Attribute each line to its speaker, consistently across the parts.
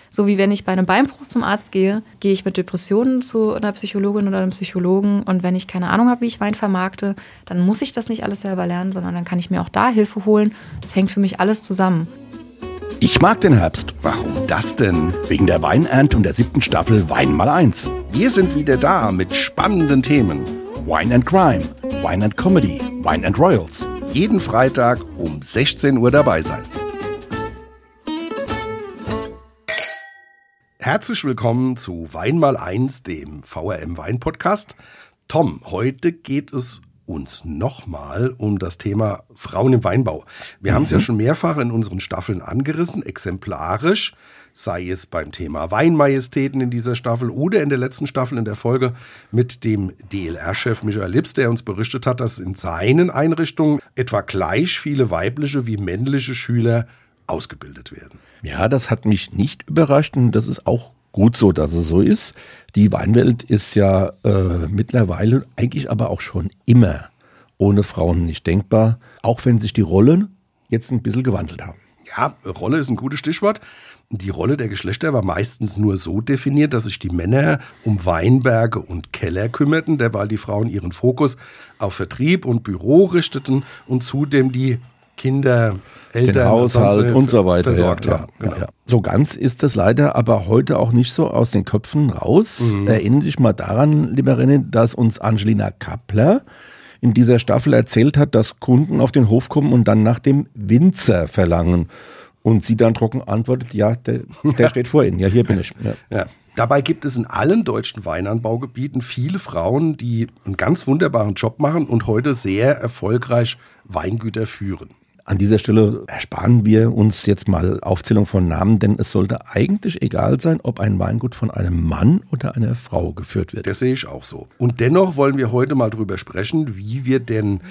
Speaker 1: So wie wenn ich bei einem Beinbruch zum Arzt gehe, gehe ich mit Depressionen zu einer Psychologin oder einem Psychologen. Und wenn ich keine Ahnung habe, wie ich Wein vermarkte, dann muss ich das nicht alles selber lernen, sondern dann kann ich mir auch da Hilfe holen. Das hängt für mich alles zusammen.
Speaker 2: Ich mag den Herbst. Warum das denn? Wegen der Weinernte und der 7. Staffel Wein mal 1. Wir sind wieder da mit spannenden Themen. Wine and Crime, Wine and Comedy, Wine and Royals. Jeden Freitag um 16 Uhr dabei sein. Herzlich willkommen zu Wein mal 1, dem VRM Wein Podcast. Tom, heute geht es uns nochmal um das Thema Frauen im Weinbau. Wir haben es ja schon mehrfach in unseren Staffeln angerissen, exemplarisch, sei es beim Thema Weinmajestäten in dieser Staffel oder in der letzten Staffel in der Folge mit dem DLR-Chef Michael Lips, der uns berichtet hat, dass in seinen Einrichtungen etwa gleich viele weibliche wie männliche Schüler ausgebildet werden.
Speaker 3: Ja, das hat mich nicht überrascht und das ist auch gut so, dass es so ist. Die Weinwelt ist ja mittlerweile, eigentlich aber auch schon immer ohne Frauen nicht denkbar, auch wenn sich die Rollen jetzt ein bisschen gewandelt haben.
Speaker 2: Ja, Rolle ist ein gutes Stichwort. Die Rolle der Geschlechter war meistens nur so definiert, dass sich die Männer um Weinberge und Keller kümmerten, derweil die Frauen ihren Fokus auf Vertrieb und Büro richteten und zudem die Kinder, Eltern,
Speaker 3: den Haushalt und so weiter
Speaker 2: versorgt haben.
Speaker 3: Genau. Ja. So ganz ist das leider aber heute auch nicht so aus den Köpfen raus. Erinnere dich mal daran, lieber René, dass uns Angelina Kappler in dieser Staffel erzählt hat, dass Kunden auf den Hof kommen und dann nach dem Winzer verlangen. Und sie dann trocken antwortet, ja, der steht vor Ihnen, ja, hier bin ich.
Speaker 2: Ja. Dabei gibt es in allen deutschen Weinanbaugebieten viele Frauen, die einen ganz wunderbaren Job machen und heute sehr erfolgreich Weingüter führen.
Speaker 3: An dieser Stelle ersparen wir uns jetzt mal Aufzählung von Namen, denn es sollte eigentlich egal sein, ob ein Weingut von einem Mann oder einer Frau geführt wird.
Speaker 2: Das sehe ich auch so. Und dennoch wollen wir heute mal drüber sprechen, wie wir denn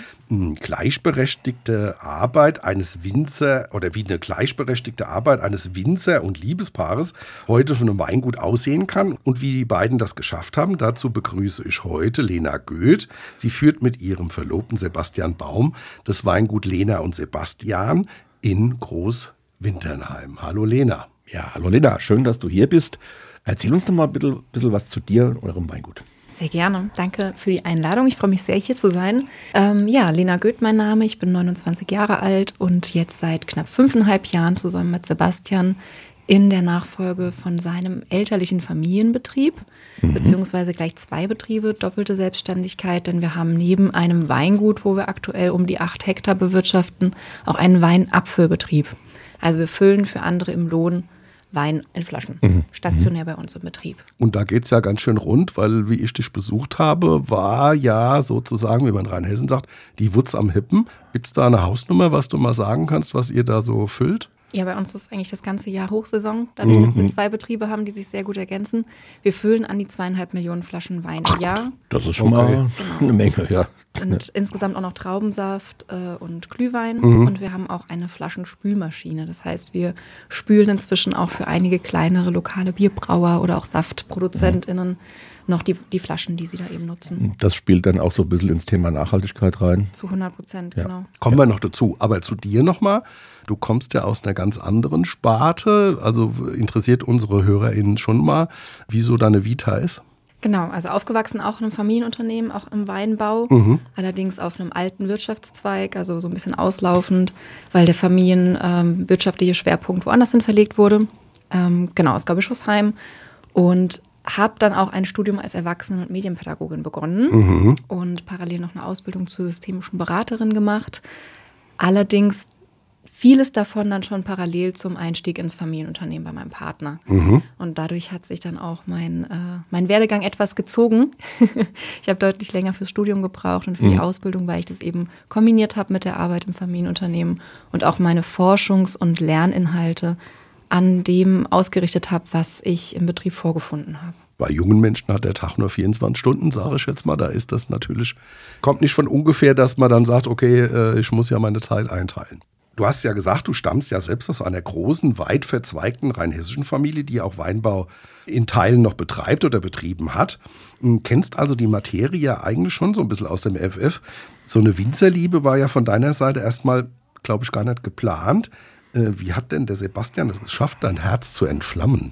Speaker 2: gleichberechtigte Arbeit eines Winzer oder wie eine gleichberechtigte Arbeit eines Winzer und Liebespaares heute von einem Weingut aussehen kann und wie die beiden das geschafft haben. Dazu begrüße ich heute Lena Goeth. Sie führt mit ihrem Verlobten Sebastian Baum das Weingut Lena und Sebastian in Großwinternheim. Hallo Lena.
Speaker 3: Ja, hallo Lena, schön, dass du hier bist. Erzähl uns doch mal ein bisschen was zu dir und eurem Weingut.
Speaker 1: Sehr gerne. Danke für die Einladung. Ich freue mich sehr, hier zu sein. Lena Goeth mein Name. Ich bin 29 Jahre alt und jetzt seit knapp 5,5 Jahren zusammen mit Sebastian in der Nachfolge von seinem elterlichen Familienbetrieb, beziehungsweise gleich 2 Betriebe, doppelte Selbstständigkeit, denn wir haben neben einem Weingut, wo wir aktuell um die 8 Hektar bewirtschaften, auch einen Weinabfüllbetrieb. Also wir füllen für andere im Lohn Wein in Flaschen, stationär bei uns im Betrieb.
Speaker 2: Und da geht es ja ganz schön rund, weil wie ich dich besucht habe, war ja sozusagen, wie man in Rheinhessen sagt, die Wutz am Hippen. Gibt es da eine Hausnummer, was du mal sagen kannst, was ihr da so füllt?
Speaker 1: Ja, bei uns ist eigentlich das ganze Jahr Hochsaison, dadurch, dass wir 2 Betriebe haben, die sich sehr gut ergänzen. Wir füllen an die 2,5 Millionen Flaschen Wein im Jahr.
Speaker 3: Das ist schon mal eine Menge, ja.
Speaker 1: Und insgesamt auch noch Traubensaft und Glühwein. Und wir haben auch eine Flaschenspülmaschine. Das heißt, wir spülen inzwischen auch für einige kleinere lokale Bierbrauer oder auch SaftproduzentInnen noch die Flaschen, die sie da eben nutzen.
Speaker 3: Das spielt dann auch so ein bisschen ins Thema Nachhaltigkeit rein.
Speaker 1: Zu 100%, genau.
Speaker 2: Kommen wir noch dazu. Aber zu dir nochmal. Du kommst ja aus einer ganz anderen Sparte. Also interessiert unsere HörerInnen schon mal, wie so deine Vita ist?
Speaker 1: Genau, also aufgewachsen auch in einem Familienunternehmen, auch im Weinbau. Allerdings auf einem alten Wirtschaftszweig, also so ein bisschen auslaufend, weil der familienwirtschaftliche Schwerpunkt woanders hin verlegt wurde. Aus Gaubischofsheim. Und habe dann auch ein Studium als Erwachsenen- und Medienpädagogin begonnen und parallel noch eine Ausbildung zur systemischen Beraterin gemacht. Allerdings vieles davon dann schon parallel zum Einstieg ins Familienunternehmen bei meinem Partner. Und dadurch hat sich dann auch mein Werdegang etwas gezogen. Ich habe deutlich länger fürs Studium gebraucht und für die Ausbildung, weil ich das eben kombiniert habe mit der Arbeit im Familienunternehmen und auch meine Forschungs- und Lerninhalte an dem ausgerichtet habe, was ich im Betrieb vorgefunden habe.
Speaker 2: Bei jungen Menschen hat der Tag nur 24 Stunden, sage ich jetzt mal. Da ist das natürlich, kommt nicht von ungefähr, dass man dann sagt, okay, ich muss ja meine Zeit einteilen. Du hast ja gesagt, du stammst ja selbst aus einer großen, weit verzweigten rheinhessischen Familie, die auch Weinbau in Teilen noch betreibt oder betrieben hat. Kennst also die Materie ja eigentlich schon so ein bisschen aus dem FF. So eine Winzerliebe war ja von deiner Seite erstmal, glaube ich, gar nicht geplant. Wie hat denn der Sebastian es geschafft, dein Herz zu entflammen?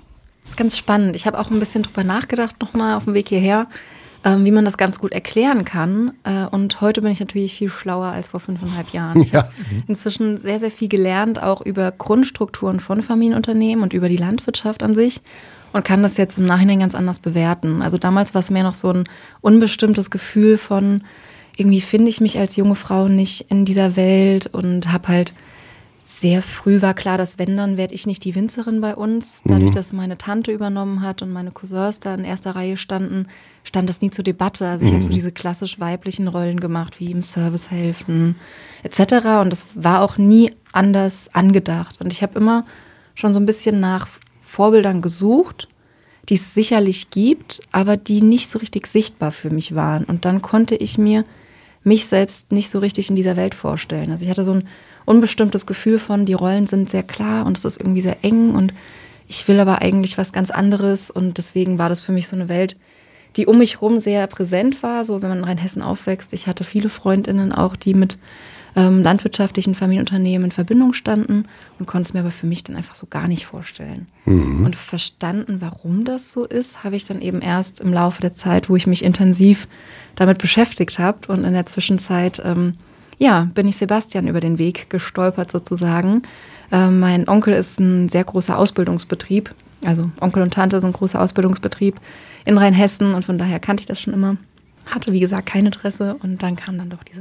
Speaker 1: Das ist ganz spannend. Ich habe auch ein bisschen drüber nachgedacht, nochmal auf dem Weg hierher, wie man das ganz gut erklären kann. Und heute bin ich natürlich viel schlauer als vor 5,5 Jahren. Ich habe inzwischen sehr, sehr viel gelernt, auch über Grundstrukturen von Familienunternehmen und über die Landwirtschaft an sich und kann das jetzt im Nachhinein ganz anders bewerten. Also damals war es mehr noch so ein unbestimmtes Gefühl von, irgendwie finde ich mich als junge Frau nicht in dieser Welt und habe halt sehr früh war klar, dass wenn, dann werde ich nicht die Winzerin bei uns. Dadurch, dass meine Tante übernommen hat und meine Cousins da in erster Reihe standen, stand das nie zur Debatte. Also ich habe so diese klassisch weiblichen Rollen gemacht, wie im Service helfen etc. Und das war auch nie anders angedacht. Und ich habe immer schon so ein bisschen nach Vorbildern gesucht, die es sicherlich gibt, aber die nicht so richtig sichtbar für mich waren. Und dann konnte ich mir mich selbst nicht so richtig in dieser Welt vorstellen. Also ich hatte so ein unbestimmtes Gefühl von, die Rollen sind sehr klar und es ist irgendwie sehr eng und ich will aber eigentlich was ganz anderes und deswegen war das für mich so eine Welt, die um mich rum sehr präsent war, so wenn man in Rheinhessen aufwächst. Ich hatte viele FreundInnen auch, die mit landwirtschaftlichen Familienunternehmen in Verbindung standen und konnte es mir aber für mich dann einfach so gar nicht vorstellen. Und verstanden, warum das so ist, habe ich dann eben erst im Laufe der Zeit, wo ich mich intensiv damit beschäftigt habe und in der Zwischenzeit bin ich Sebastian über den Weg gestolpert sozusagen. Mein Onkel ist ein sehr großer Ausbildungsbetrieb, also Onkel und Tante sind ein großer Ausbildungsbetrieb in Rheinhessen und von daher kannte ich das schon immer. Hatte, wie gesagt, kein Interesse und dann kam dann doch dieser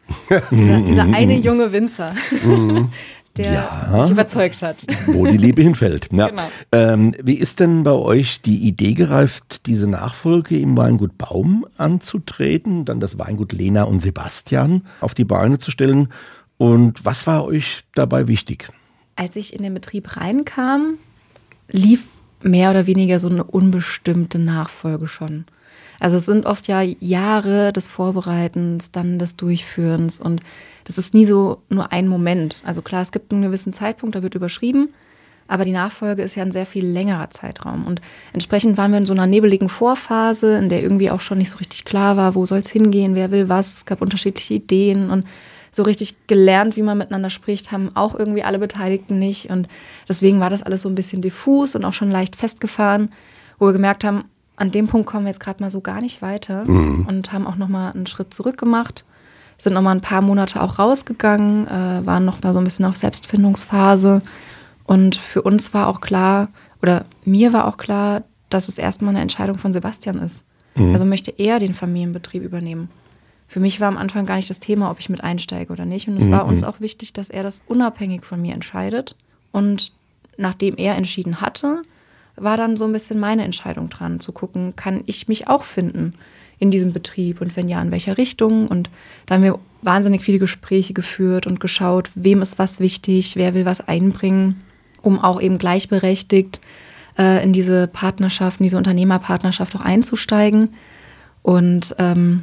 Speaker 1: eine junge Winzer, der mich überzeugt hat.
Speaker 3: Wo die Liebe hinfällt. Ja.
Speaker 1: Genau.
Speaker 3: Wie ist denn bei euch die Idee gereift, diese Nachfolge im Weingut Baum anzutreten, dann das Weingut Lena und Sebastian auf die Beine zu stellen? Und was war euch dabei wichtig?
Speaker 1: Als ich in den Betrieb reinkam, lief mehr oder weniger so eine unbestimmte Nachfolge schon. Also es sind oft ja Jahre des Vorbereitens, dann des Durchführens und das ist nie so nur ein Moment. Also klar, es gibt einen gewissen Zeitpunkt, da wird überschrieben, aber die Nachfolge ist ja ein sehr viel längerer Zeitraum und entsprechend waren wir in so einer nebeligen Vorphase, in der irgendwie auch schon nicht so richtig klar war, wo soll es hingehen, wer will was, es gab unterschiedliche Ideen und so richtig gelernt, wie man miteinander spricht, haben auch irgendwie alle Beteiligten nicht und deswegen war das alles so ein bisschen diffus und auch schon leicht festgefahren, wo wir gemerkt haben, an dem Punkt kommen wir jetzt gerade mal so gar nicht weiter und haben auch nochmal einen Schritt zurück gemacht, sind nochmal ein paar Monate auch rausgegangen, waren nochmal so ein bisschen auf Selbstfindungsphase und für uns war auch klar, oder mir war auch klar, dass es erstmal eine Entscheidung von Sebastian ist. Also möchte er den Familienbetrieb übernehmen. Für mich war am Anfang gar nicht das Thema, ob ich mit einsteige oder nicht und es war uns auch wichtig, dass er das unabhängig von mir entscheidet und nachdem er entschieden hatte, war dann so ein bisschen meine Entscheidung dran, zu gucken, kann ich mich auch finden in diesem Betrieb und wenn ja, in welcher Richtung. Und da haben wir wahnsinnig viele Gespräche geführt und geschaut, wem ist was wichtig, wer will was einbringen, um auch eben gleichberechtigt in diese Partnerschaft, in diese Unternehmerpartnerschaft auch einzusteigen. Und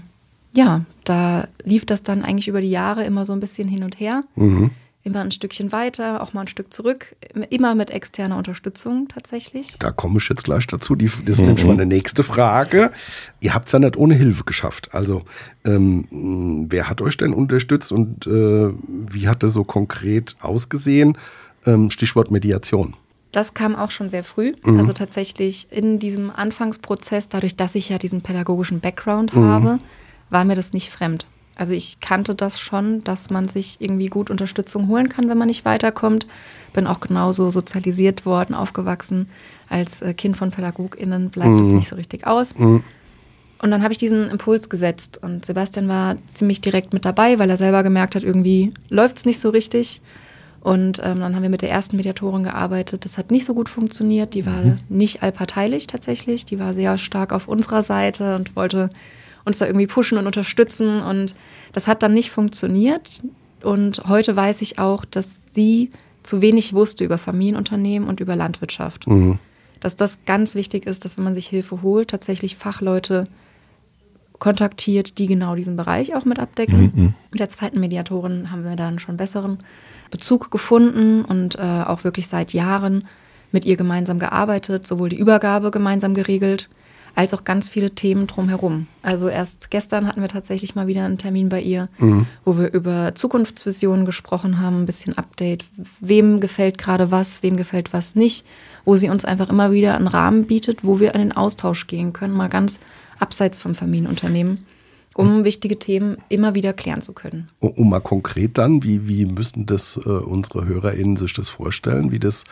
Speaker 1: da lief das dann eigentlich über die Jahre immer so ein bisschen hin und her. Immer ein Stückchen weiter, auch mal ein Stück zurück, immer mit externer Unterstützung tatsächlich.
Speaker 2: Da komme ich jetzt gleich dazu. Das ist nämlich meine nächste Frage. Ihr habt es ja nicht ohne Hilfe geschafft. Also wer hat euch denn unterstützt und wie hat das so konkret ausgesehen? Stichwort Mediation.
Speaker 1: Das kam auch schon sehr früh. Also tatsächlich in diesem Anfangsprozess, dadurch, dass ich ja diesen pädagogischen Background habe, war mir das nicht fremd. Also ich kannte das schon, dass man sich irgendwie gut Unterstützung holen kann, wenn man nicht weiterkommt. Bin auch genauso sozialisiert worden, aufgewachsen. Als Kind von PädagogInnen bleibt es nicht so richtig aus. Und dann habe ich diesen Impuls gesetzt. Und Sebastian war ziemlich direkt mit dabei, weil er selber gemerkt hat, irgendwie läuft es nicht so richtig. Und dann haben wir mit der ersten Mediatorin gearbeitet. Das hat nicht so gut funktioniert. Die war nicht allparteilich tatsächlich. Die war sehr stark auf unserer Seite und wollte uns da irgendwie pushen und unterstützen und das hat dann nicht funktioniert und heute weiß ich auch, dass sie zu wenig wusste über Familienunternehmen und über Landwirtschaft. Dass das ganz wichtig ist, dass wenn man sich Hilfe holt, tatsächlich Fachleute kontaktiert, die genau diesen Bereich auch mit abdecken. Mit der zweiten Mediatorin haben wir dann schon besseren Bezug gefunden und auch wirklich seit Jahren mit ihr gemeinsam gearbeitet, sowohl die Übergabe gemeinsam geregelt, als auch ganz viele Themen drumherum. Also erst gestern hatten wir tatsächlich mal wieder einen Termin bei ihr, wo wir über Zukunftsvisionen gesprochen haben, ein bisschen Update, wem gefällt gerade was, wem gefällt was nicht, wo sie uns einfach immer wieder einen Rahmen bietet, wo wir in den Austausch gehen können, mal ganz abseits vom Familienunternehmen, um wichtige Themen immer wieder klären zu können.
Speaker 2: Um mal konkret dann, wie müssten das unsere HörerInnen sich das vorstellen? Wie das,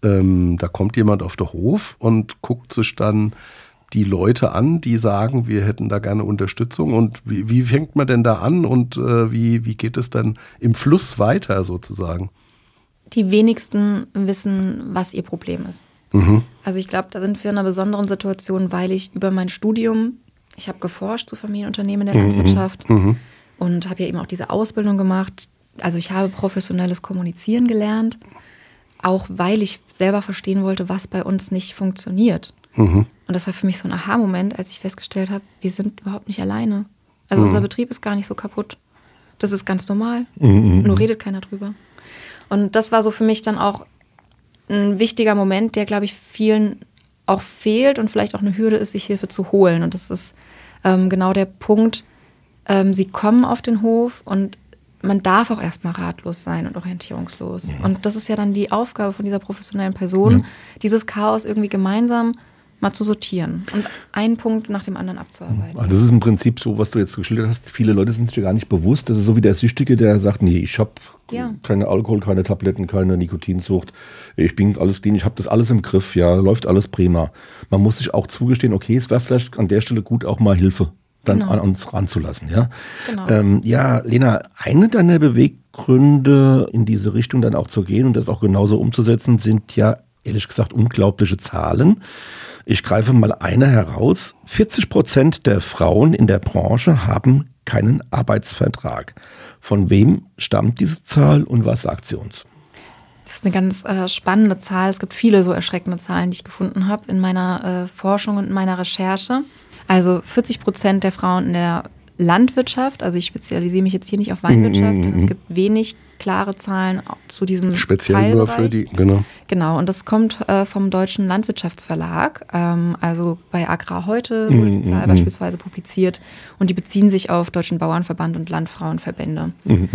Speaker 2: da kommt jemand auf den Hof und guckt sich dann die Leute an, die sagen, wir hätten da gerne Unterstützung. Und wie fängt man denn da an und wie geht es dann im Fluss weiter sozusagen?
Speaker 1: Die wenigsten wissen, was ihr Problem ist. Mhm. Also ich glaube, da sind wir in einer besonderen Situation, weil ich über mein Studium, ich habe geforscht zu Familienunternehmen in der Landwirtschaft und habe ja eben auch diese Ausbildung gemacht. Also ich habe professionelles Kommunizieren gelernt, auch weil ich selber verstehen wollte, was bei uns nicht funktioniert. Und das war für mich so ein Aha-Moment, als ich festgestellt habe, wir sind überhaupt nicht alleine. Also unser Betrieb ist gar nicht so kaputt. Das ist ganz normal. Nur redet keiner drüber. Und das war so für mich dann auch ein wichtiger Moment, der, glaube ich, vielen auch fehlt und vielleicht auch eine Hürde ist, sich Hilfe zu holen. Und das ist genau der Punkt, sie kommen auf den Hof und man darf auch erstmal ratlos sein und orientierungslos. Ja. Und das ist ja dann die Aufgabe von dieser professionellen Person, dieses Chaos irgendwie gemeinsam mal zu sortieren und einen Punkt nach dem anderen abzuarbeiten.
Speaker 3: Das ist im Prinzip so, was du jetzt geschildert hast. Viele Leute sind sich ja gar nicht bewusst. Das ist so wie der Süchtige, der sagt, nee, ich habe keine Alkohol, keine Tabletten, keine Nikotinsucht. Ich bin alles clean, ich habe das alles im Griff. Ja, läuft alles prima. Man muss sich auch zugestehen, okay, es wäre vielleicht an der Stelle gut, auch mal Hilfe dann an uns ranzulassen. Ja? Genau. Ja, Lena, eine deiner Beweggründe, in diese Richtung dann auch zu gehen und das auch genauso umzusetzen, sind ja ehrlich gesagt unglaubliche Zahlen. Ich greife mal eine heraus. 40% der Frauen in der Branche haben keinen Arbeitsvertrag. Von wem stammt diese Zahl und was sagt sie uns?
Speaker 1: Das ist eine ganz spannende Zahl. Es gibt viele so erschreckende Zahlen, die ich gefunden habe in meiner Forschung und in meiner Recherche. Also 40% der Frauen in der Landwirtschaft, also ich spezialisiere mich jetzt hier nicht auf Weinwirtschaft, es gibt wenig klare Zahlen zu diesem
Speaker 2: speziell
Speaker 1: Teilbereich.
Speaker 2: Nur für die, genau.
Speaker 1: Genau, und das kommt vom Deutschen Landwirtschaftsverlag, also bei Agrar heute wurde die Zahl beispielsweise publiziert und die beziehen sich auf Deutschen Bauernverband und Landfrauenverbände.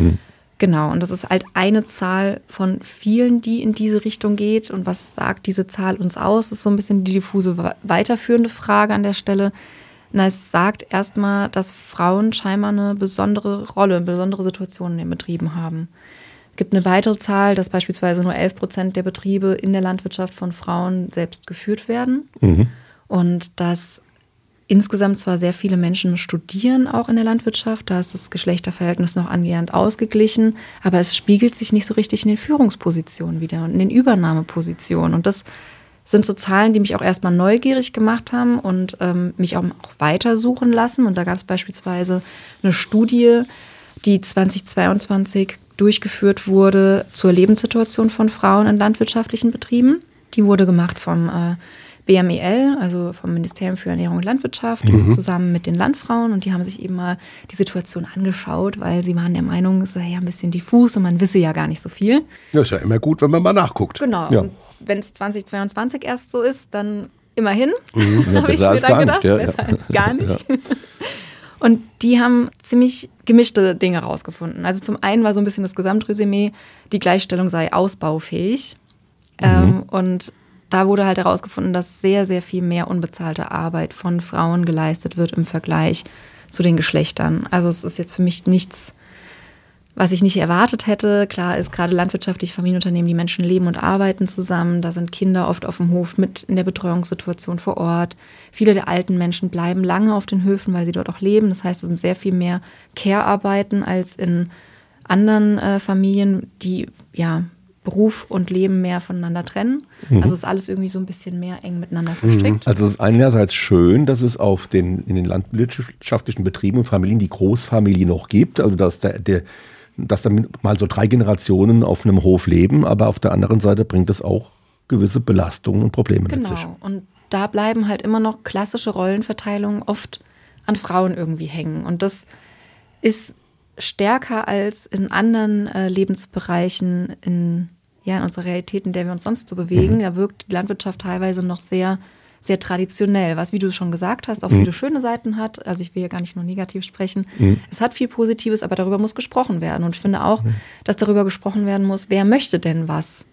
Speaker 1: Genau, und das ist halt eine Zahl von vielen, die in diese Richtung geht. Und was sagt diese Zahl uns aus? Das ist so ein bisschen die diffuse weiterführende Frage an der Stelle. Na, es sagt erstmal, dass Frauen scheinbar eine besondere Rolle, besondere Situationen in den Betrieben haben. Es gibt eine weitere Zahl, dass beispielsweise nur 11% der Betriebe in der Landwirtschaft von Frauen selbst geführt werden. Und dass insgesamt zwar sehr viele Menschen studieren auch in der Landwirtschaft, da ist das Geschlechterverhältnis noch annähernd ausgeglichen, aber es spiegelt sich nicht so richtig in den Führungspositionen wieder und in den Übernahmepositionen. Und das sind so Zahlen, die mich auch erstmal neugierig gemacht haben und mich auch weitersuchen lassen. Und da gab es beispielsweise eine Studie, die 2022 durchgeführt wurde zur Lebenssituation von Frauen in landwirtschaftlichen Betrieben. Die wurde gemacht vom BMEL, also vom Ministerium für Ernährung und Landwirtschaft, zusammen mit den Landfrauen. Und die haben sich eben mal die Situation angeschaut, weil sie waren der Meinung, es sei ja ein bisschen diffus und man wisse ja gar nicht so viel.
Speaker 2: Ja, ist ja immer gut, wenn man mal nachguckt.
Speaker 1: Genau.
Speaker 2: Ja.
Speaker 1: Und wenn es 2022 erst so ist, dann immerhin.
Speaker 3: Ja,
Speaker 1: habe ich mir dann gedacht, besser als gar nicht. Ja. Und die haben ziemlich gemischte Dinge rausgefunden. Also zum einen war so ein bisschen das Gesamtresümee, die Gleichstellung sei ausbaufähig. Und da wurde halt herausgefunden, dass sehr, sehr viel mehr unbezahlte Arbeit von Frauen geleistet wird im Vergleich zu den Geschlechtern. Also es ist jetzt für mich nichts, was ich nicht erwartet hätte. Klar ist gerade landwirtschaftliche Familienunternehmen, die Menschen leben und arbeiten zusammen. Da sind Kinder oft auf dem Hof mit in der Betreuungssituation vor Ort. Viele der alten Menschen bleiben lange auf den Höfen, weil sie dort auch leben. Das heißt, es sind sehr viel mehr Care-Arbeiten als in anderen Familien, die ja Beruf und Leben mehr voneinander trennen. Also es ist alles irgendwie so ein bisschen mehr eng miteinander verstrickt.
Speaker 3: Also es ist einerseits schön, dass es in den landwirtschaftlichen Betrieben und Familien die Großfamilie noch gibt, also dass dann mal so 3 Generationen auf einem Hof leben, aber auf der anderen Seite bringt es auch gewisse Belastungen und Probleme mit sich.
Speaker 1: Genau, und da bleiben halt immer noch klassische Rollenverteilungen oft an Frauen irgendwie hängen. Und das ist stärker als in anderen Lebensbereichen in unserer Realität, in der wir uns sonst so bewegen. Da wirkt die Landwirtschaft teilweise noch sehr, sehr traditionell, was, wie du schon gesagt hast, auch viele schöne Seiten hat. Also ich will ja gar nicht nur negativ sprechen. Es hat viel Positives, aber darüber muss gesprochen werden. Und ich finde auch, dass darüber gesprochen werden muss, wer möchte denn was?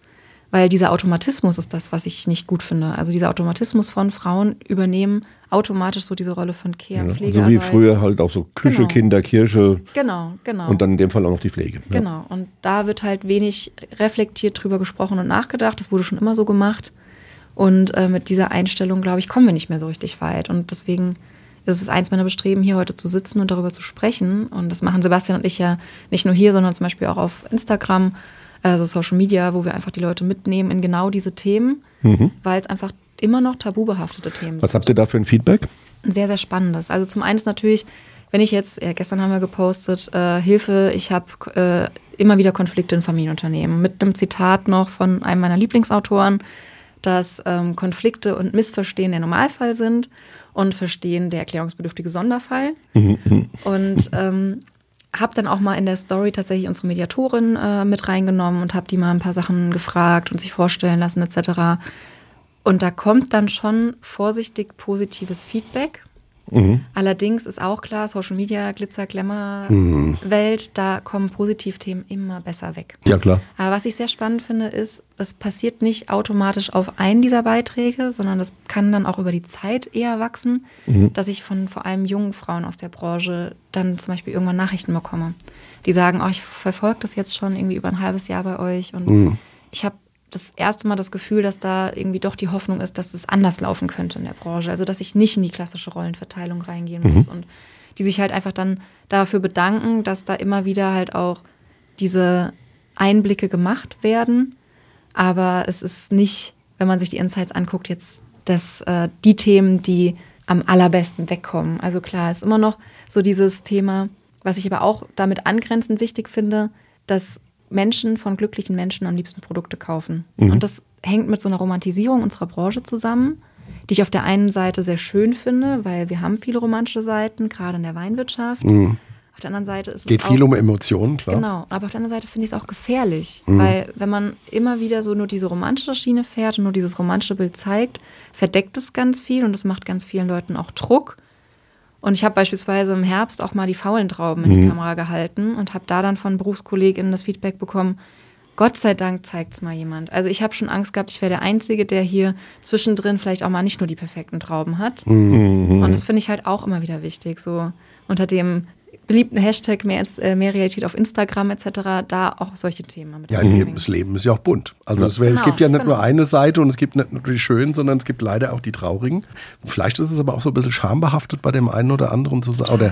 Speaker 1: Weil dieser Automatismus ist das, was ich nicht gut finde. Also dieser Automatismus von Frauen übernehmen automatisch so diese Rolle von Care- und Pflegearbeit.
Speaker 3: So wie früher halt auch so Küche,
Speaker 1: Genau.
Speaker 3: Kinder, Kirche.
Speaker 1: Genau.
Speaker 3: Und dann in dem Fall auch noch die Pflege. Ja.
Speaker 1: Genau. Und da wird halt wenig reflektiert drüber gesprochen und nachgedacht. Das wurde schon immer so gemacht. Und mit dieser Einstellung, glaube ich, kommen wir nicht mehr so richtig weit. Und deswegen ist es eins meiner Bestreben, hier heute zu sitzen und darüber zu sprechen. Und das machen Sebastian und ich ja nicht nur hier, sondern zum Beispiel auch auf Instagram, also Social Media, wo wir einfach die Leute mitnehmen in genau diese Themen, weil es einfach immer noch tabubehaftete Themen sind.
Speaker 3: Was habt ihr da für ein Feedback?
Speaker 1: Ein sehr, sehr spannendes. Also zum einen ist natürlich, wenn ich jetzt, gestern haben wir gepostet, Hilfe, ich habe immer wieder Konflikte in Familienunternehmen. Mit einem Zitat noch von einem meiner Lieblingsautoren, dass Konflikte und Missverstehen der Normalfall sind und Verstehen der erklärungsbedürftige Sonderfall. Und habe dann auch mal in der Story tatsächlich unsere Mediatorin mit reingenommen und habe die mal ein paar Sachen gefragt und sich vorstellen lassen etc. Und da kommt dann schon vorsichtig positives Feedback. Allerdings ist auch klar, Social Media, Glitzer, Glamour, Welt, da kommen Positivthemen immer besser weg.
Speaker 3: Ja, klar.
Speaker 1: Aber was ich sehr spannend finde, ist, es passiert nicht automatisch auf einen dieser Beiträge, sondern das kann dann auch über die Zeit eher wachsen, dass ich von vor allem jungen Frauen aus der Branche dann zum Beispiel irgendwann Nachrichten bekomme, die sagen, oh, ich verfolge das jetzt schon irgendwie über ein halbes Jahr bei euch und ich habe das erste Mal das Gefühl, dass da irgendwie doch die Hoffnung ist, dass es anders laufen könnte in der Branche. Also, dass ich nicht in die klassische Rollenverteilung reingehen muss und die sich halt einfach dann dafür bedanken, dass da immer wieder halt auch diese Einblicke gemacht werden. Aber es ist nicht, wenn man sich die Insights anguckt, jetzt die Themen, die am allerbesten wegkommen. Also klar, ist immer noch so dieses Thema, was ich aber auch damit angrenzend wichtig finde, dass Menschen von glücklichen Menschen am liebsten Produkte kaufen. Und das hängt mit so einer Romantisierung unserer Branche zusammen, die ich auf der einen Seite sehr schön finde, weil wir haben viele romantische Seiten, gerade in der Weinwirtschaft. Auf der anderen Seite ist es
Speaker 2: Geht viel um Emotionen, klar.
Speaker 1: Genau, aber auf der anderen Seite finde ich es auch gefährlich, weil wenn man immer wieder so nur diese romantische Schiene fährt und nur dieses romantische Bild zeigt, verdeckt es ganz viel und es macht ganz vielen Leuten auch Druck. Und ich habe beispielsweise im Herbst auch mal die faulen Trauben in die Kamera gehalten und habe da dann von BerufskollegInnen das Feedback bekommen, Gott sei Dank zeigt es mal jemand. Also ich habe schon Angst gehabt, ich wäre der Einzige, der hier zwischendrin vielleicht auch mal nicht nur die perfekten Trauben hat. Und das finde ich halt auch immer wieder wichtig, so unter dem beliebten Hashtag mehr Realität auf Instagram etc., da auch solche Themen mal mit
Speaker 2: reinbringen. Das Leben ist ja auch bunt. Also es gibt ja nicht nur eine Seite und es gibt nicht nur die schönen, sondern es gibt leider auch die traurigen. Vielleicht ist es aber auch so ein bisschen schambehaftet bei dem einen oder anderen zu sagen,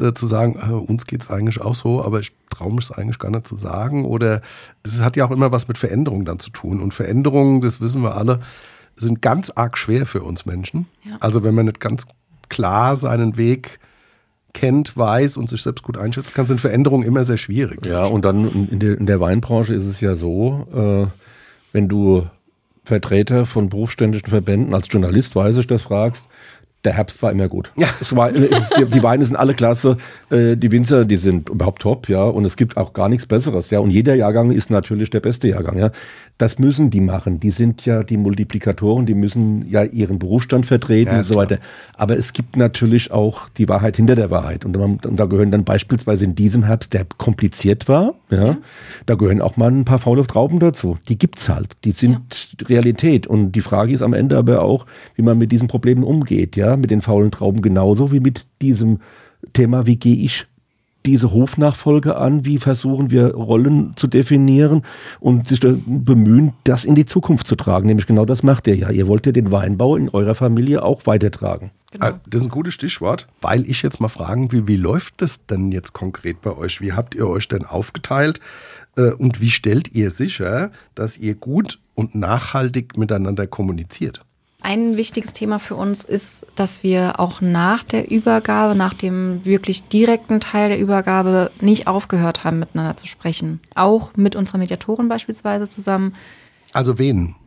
Speaker 2: uns geht es eigentlich auch so, aber ich traue mich es eigentlich gar nicht zu sagen. Oder es hat ja auch immer was mit Veränderung dann zu tun. Und Veränderungen, das wissen wir alle, sind ganz arg schwer für uns Menschen. Ja. Also wenn man nicht ganz klar seinen Weg kennt, weiß und sich selbst gut einschätzen kann, sind Veränderungen immer sehr schwierig.
Speaker 3: Ja, und dann in der Weinbranche ist es ja so, wenn du Vertreter von berufsständischen Verbänden als Journalist, weiß ich das, fragst, der Herbst war immer gut. Ja. Die Weine sind alle klasse, die Winzer, die sind überhaupt top, ja, und es gibt auch gar nichts Besseres, ja, und jeder Jahrgang ist natürlich der beste Jahrgang, ja. Das müssen die machen, die sind ja die Multiplikatoren, die müssen ja ihren Berufsstand vertreten und so weiter. Aber es gibt natürlich auch die Wahrheit hinter der Wahrheit und da gehören dann beispielsweise in diesem Herbst, der kompliziert war, ja, da gehören auch mal ein paar faule Trauben dazu. Die gibt's halt, die sind Realität und die Frage ist am Ende aber auch, wie man mit diesen Problemen umgeht, ja, mit den faulen Trauben genauso wie mit diesem Thema, wie gehe ich diese Hofnachfolge an, wie versuchen wir Rollen zu definieren und sich bemühen, das in die Zukunft zu tragen. Nämlich genau das macht ihr ja. Ihr wollt ja den Weinbau in eurer Familie auch weitertragen.
Speaker 1: Genau.
Speaker 2: Das ist ein gutes Stichwort, weil ich jetzt mal fragen will, wie läuft das denn jetzt konkret bei euch? Wie habt ihr euch denn aufgeteilt und wie stellt ihr sicher, dass ihr gut und nachhaltig miteinander kommuniziert?
Speaker 1: Ein wichtiges Thema für uns ist, dass wir auch nach der Übergabe, nach dem wirklich direkten Teil der Übergabe nicht aufgehört haben, miteinander zu sprechen. Auch mit unserer Mediatorin beispielsweise zusammen.
Speaker 2: Also wen?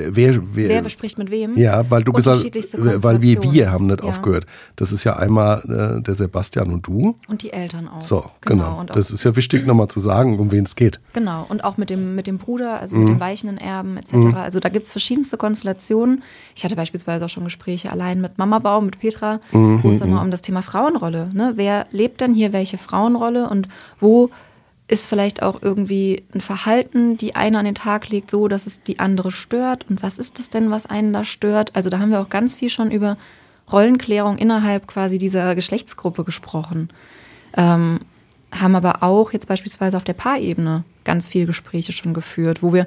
Speaker 1: Wer spricht mit wem?
Speaker 2: Ja, weil du gesagt hast, weil wir haben nicht aufgehört. Das ist ja einmal der Sebastian und du.
Speaker 1: Und die Eltern auch.
Speaker 2: So, genau. Und das ist ja wichtig nochmal zu sagen, um wen es geht.
Speaker 1: Genau, und auch mit dem Bruder, also mit den weichenden Erben etc. Also da gibt es verschiedenste Konstellationen. Ich hatte beispielsweise auch schon Gespräche allein mit Mama Bau, mit Petra, wo es dann mal um das Thema Frauenrolle, ne? Wer lebt denn hier welche Frauenrolle und wo ist vielleicht auch irgendwie ein Verhalten, die eine an den Tag legt, so, dass es die andere stört? Und was ist das denn, was einen da stört? Also da haben wir auch ganz viel schon über Rollenklärung innerhalb quasi dieser Geschlechtsgruppe gesprochen. Haben aber auch jetzt beispielsweise auf der Paarebene ganz viele Gespräche schon geführt, wo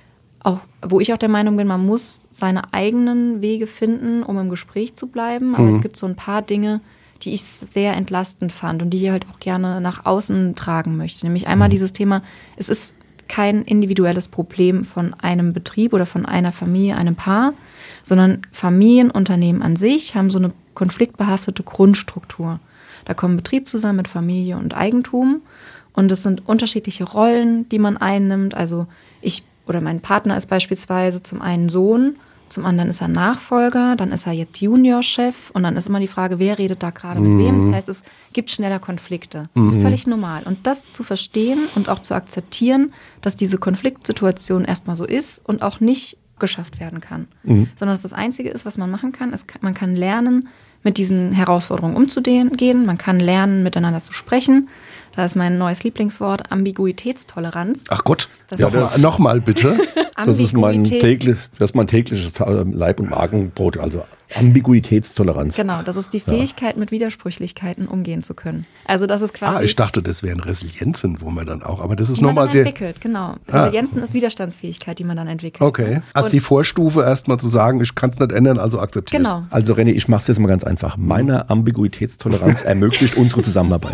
Speaker 1: ich auch der Meinung bin, man muss seine eigenen Wege finden, um im Gespräch zu bleiben. Aber es gibt so ein paar Dinge, die ich sehr entlastend fand und die ich halt auch gerne nach außen tragen möchte. Nämlich einmal dieses Thema, es ist kein individuelles Problem von einem Betrieb oder von einer Familie, einem Paar, sondern Familienunternehmen an sich haben so eine konfliktbehaftete Grundstruktur. Da kommen Betrieb zusammen mit Familie und Eigentum und es sind unterschiedliche Rollen, die man einnimmt. Also ich oder mein Partner ist beispielsweise zum einen Sohn, zum anderen ist er Nachfolger, dann ist er jetzt Juniorchef und dann ist immer die Frage, wer redet da gerade mit wem. Das heißt, es gibt schneller Konflikte. Das ist völlig normal. Und das zu verstehen und auch zu akzeptieren, dass diese Konfliktsituation erstmal so ist und auch nicht geschafft werden kann. Sondern dass das Einzige ist, was man machen kann, man kann lernen, mit diesen Herausforderungen umzugehen. Man kann lernen, miteinander zu sprechen. Da ist mein neues Lieblingswort, Ambiguitätstoleranz.
Speaker 2: Ach Gott, nochmal bitte.
Speaker 3: Das ist mein tägliches Leib- und Magenbrot, also Ambiguitätstoleranz.
Speaker 1: Genau, das ist die Fähigkeit, mit Widersprüchlichkeiten umgehen zu können. Also das ist quasi...
Speaker 2: ich dachte, das wären Resilienzen, wo man dann auch, aber das ist
Speaker 1: die
Speaker 2: nochmal...
Speaker 1: man dann entwickelt, genau. Resilienzen ist Widerstandsfähigkeit, die man dann entwickelt.
Speaker 2: Okay, also die Vorstufe erstmal zu sagen, ich kann es nicht ändern, also akzeptiere es.
Speaker 1: Genau.
Speaker 3: Also René, ich mache es jetzt mal ganz einfach. Meine Ambiguitätstoleranz ermöglicht unsere Zusammenarbeit.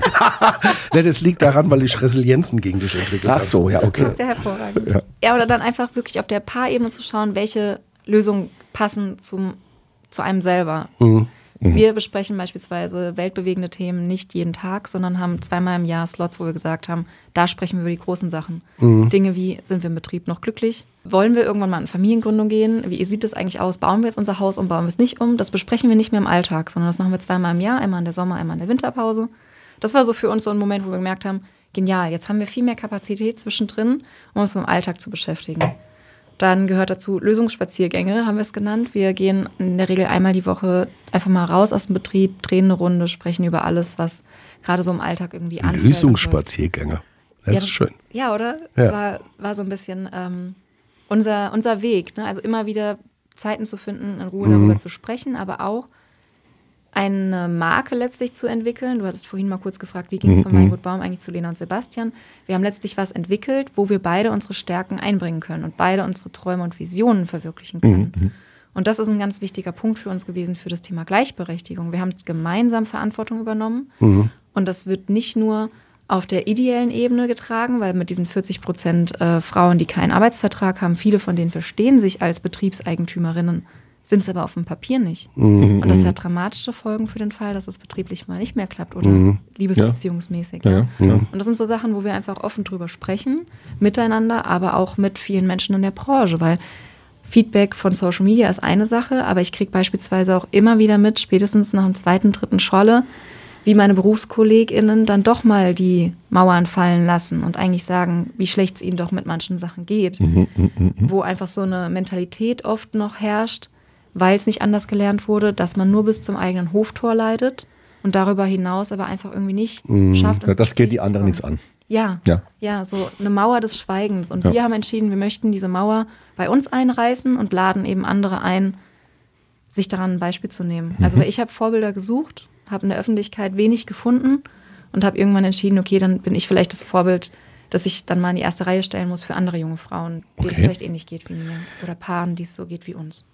Speaker 2: Das liegt daran, weil ich Resilienzen gegen dich entwickelt habe.
Speaker 3: Ach so, ja, okay.
Speaker 1: Das ist ja hervorragend. Ja, oder dann einfach wirklich auf der Paarebene zu schauen, welche Lösungen passen zu einem selber. Wir besprechen beispielsweise weltbewegende Themen nicht jeden Tag, sondern haben 2-mal im Jahr Slots, wo wir gesagt haben, da sprechen wir über die großen Sachen. Dinge wie, sind wir im Betrieb noch glücklich? Wollen wir irgendwann mal in Familiengründung gehen? Wie sieht das eigentlich aus? Bauen wir jetzt unser Haus um, bauen wir es nicht um? Das besprechen wir nicht mehr im Alltag, sondern das machen wir 2-mal im Jahr, einmal in der Sommer-, einmal in der Winterpause. Das war so für uns so ein Moment, wo wir gemerkt haben, genial, jetzt haben wir viel mehr Kapazität zwischendrin, um uns mit dem Alltag zu beschäftigen. Dann gehört dazu Lösungsspaziergänge, haben wir es genannt. Wir gehen in der Regel einmal die Woche einfach mal raus aus dem Betrieb, drehen eine Runde, sprechen über alles, was gerade so im Alltag irgendwie anfällt.
Speaker 2: Lösungsspaziergänge, das ist schön.
Speaker 1: Ja, oder?
Speaker 2: Ja.
Speaker 1: Das war so ein bisschen unser Weg. Ne? Also immer wieder Zeiten zu finden, in Ruhe darüber zu sprechen, aber auch eine Marke letztlich zu entwickeln. Du hattest vorhin mal kurz gefragt, wie ging es von Weingut Baum eigentlich zu Lena und Sebastian. Wir haben letztlich was entwickelt, wo wir beide unsere Stärken einbringen können und beide unsere Träume und Visionen verwirklichen können. Und das ist ein ganz wichtiger Punkt für uns gewesen für das Thema Gleichberechtigung. Wir haben gemeinsam Verantwortung übernommen und das wird nicht nur auf der ideellen Ebene getragen, weil mit diesen 40% Frauen, die keinen Arbeitsvertrag haben, viele von denen verstehen sich als Betriebseigentümerinnen, sind es aber auf dem Papier nicht. Und das hat dramatische Folgen für den Fall, dass es betrieblich mal nicht mehr klappt oder liebesbeziehungsmäßig. Ja. Und das sind so Sachen, wo wir einfach offen drüber sprechen, miteinander, aber auch mit vielen Menschen in der Branche, weil Feedback von Social Media ist eine Sache, aber ich kriege beispielsweise auch immer wieder mit, spätestens nach dem 2., 3. Scholle, wie meine BerufskollegInnen dann doch mal die Mauern fallen lassen und eigentlich sagen, wie schlecht es ihnen doch mit manchen Sachen geht. Wo einfach so eine Mentalität oft noch herrscht, weil es nicht anders gelernt wurde, dass man nur bis zum eigenen Hoftor leidet und darüber hinaus aber einfach irgendwie nicht schafft.
Speaker 3: Das geht die anderen nichts an.
Speaker 1: Ja, so eine Mauer des Schweigens. Und wir haben entschieden, wir möchten diese Mauer bei uns einreißen und laden eben andere ein, sich daran ein Beispiel zu nehmen. Also ich habe Vorbilder gesucht, habe in der Öffentlichkeit wenig gefunden und habe irgendwann entschieden, okay, dann bin ich vielleicht das Vorbild, dass ich dann mal in die erste Reihe stellen muss für andere junge Frauen, denen es vielleicht ähnlich geht wie mir. Oder Paaren, die es so geht wie uns.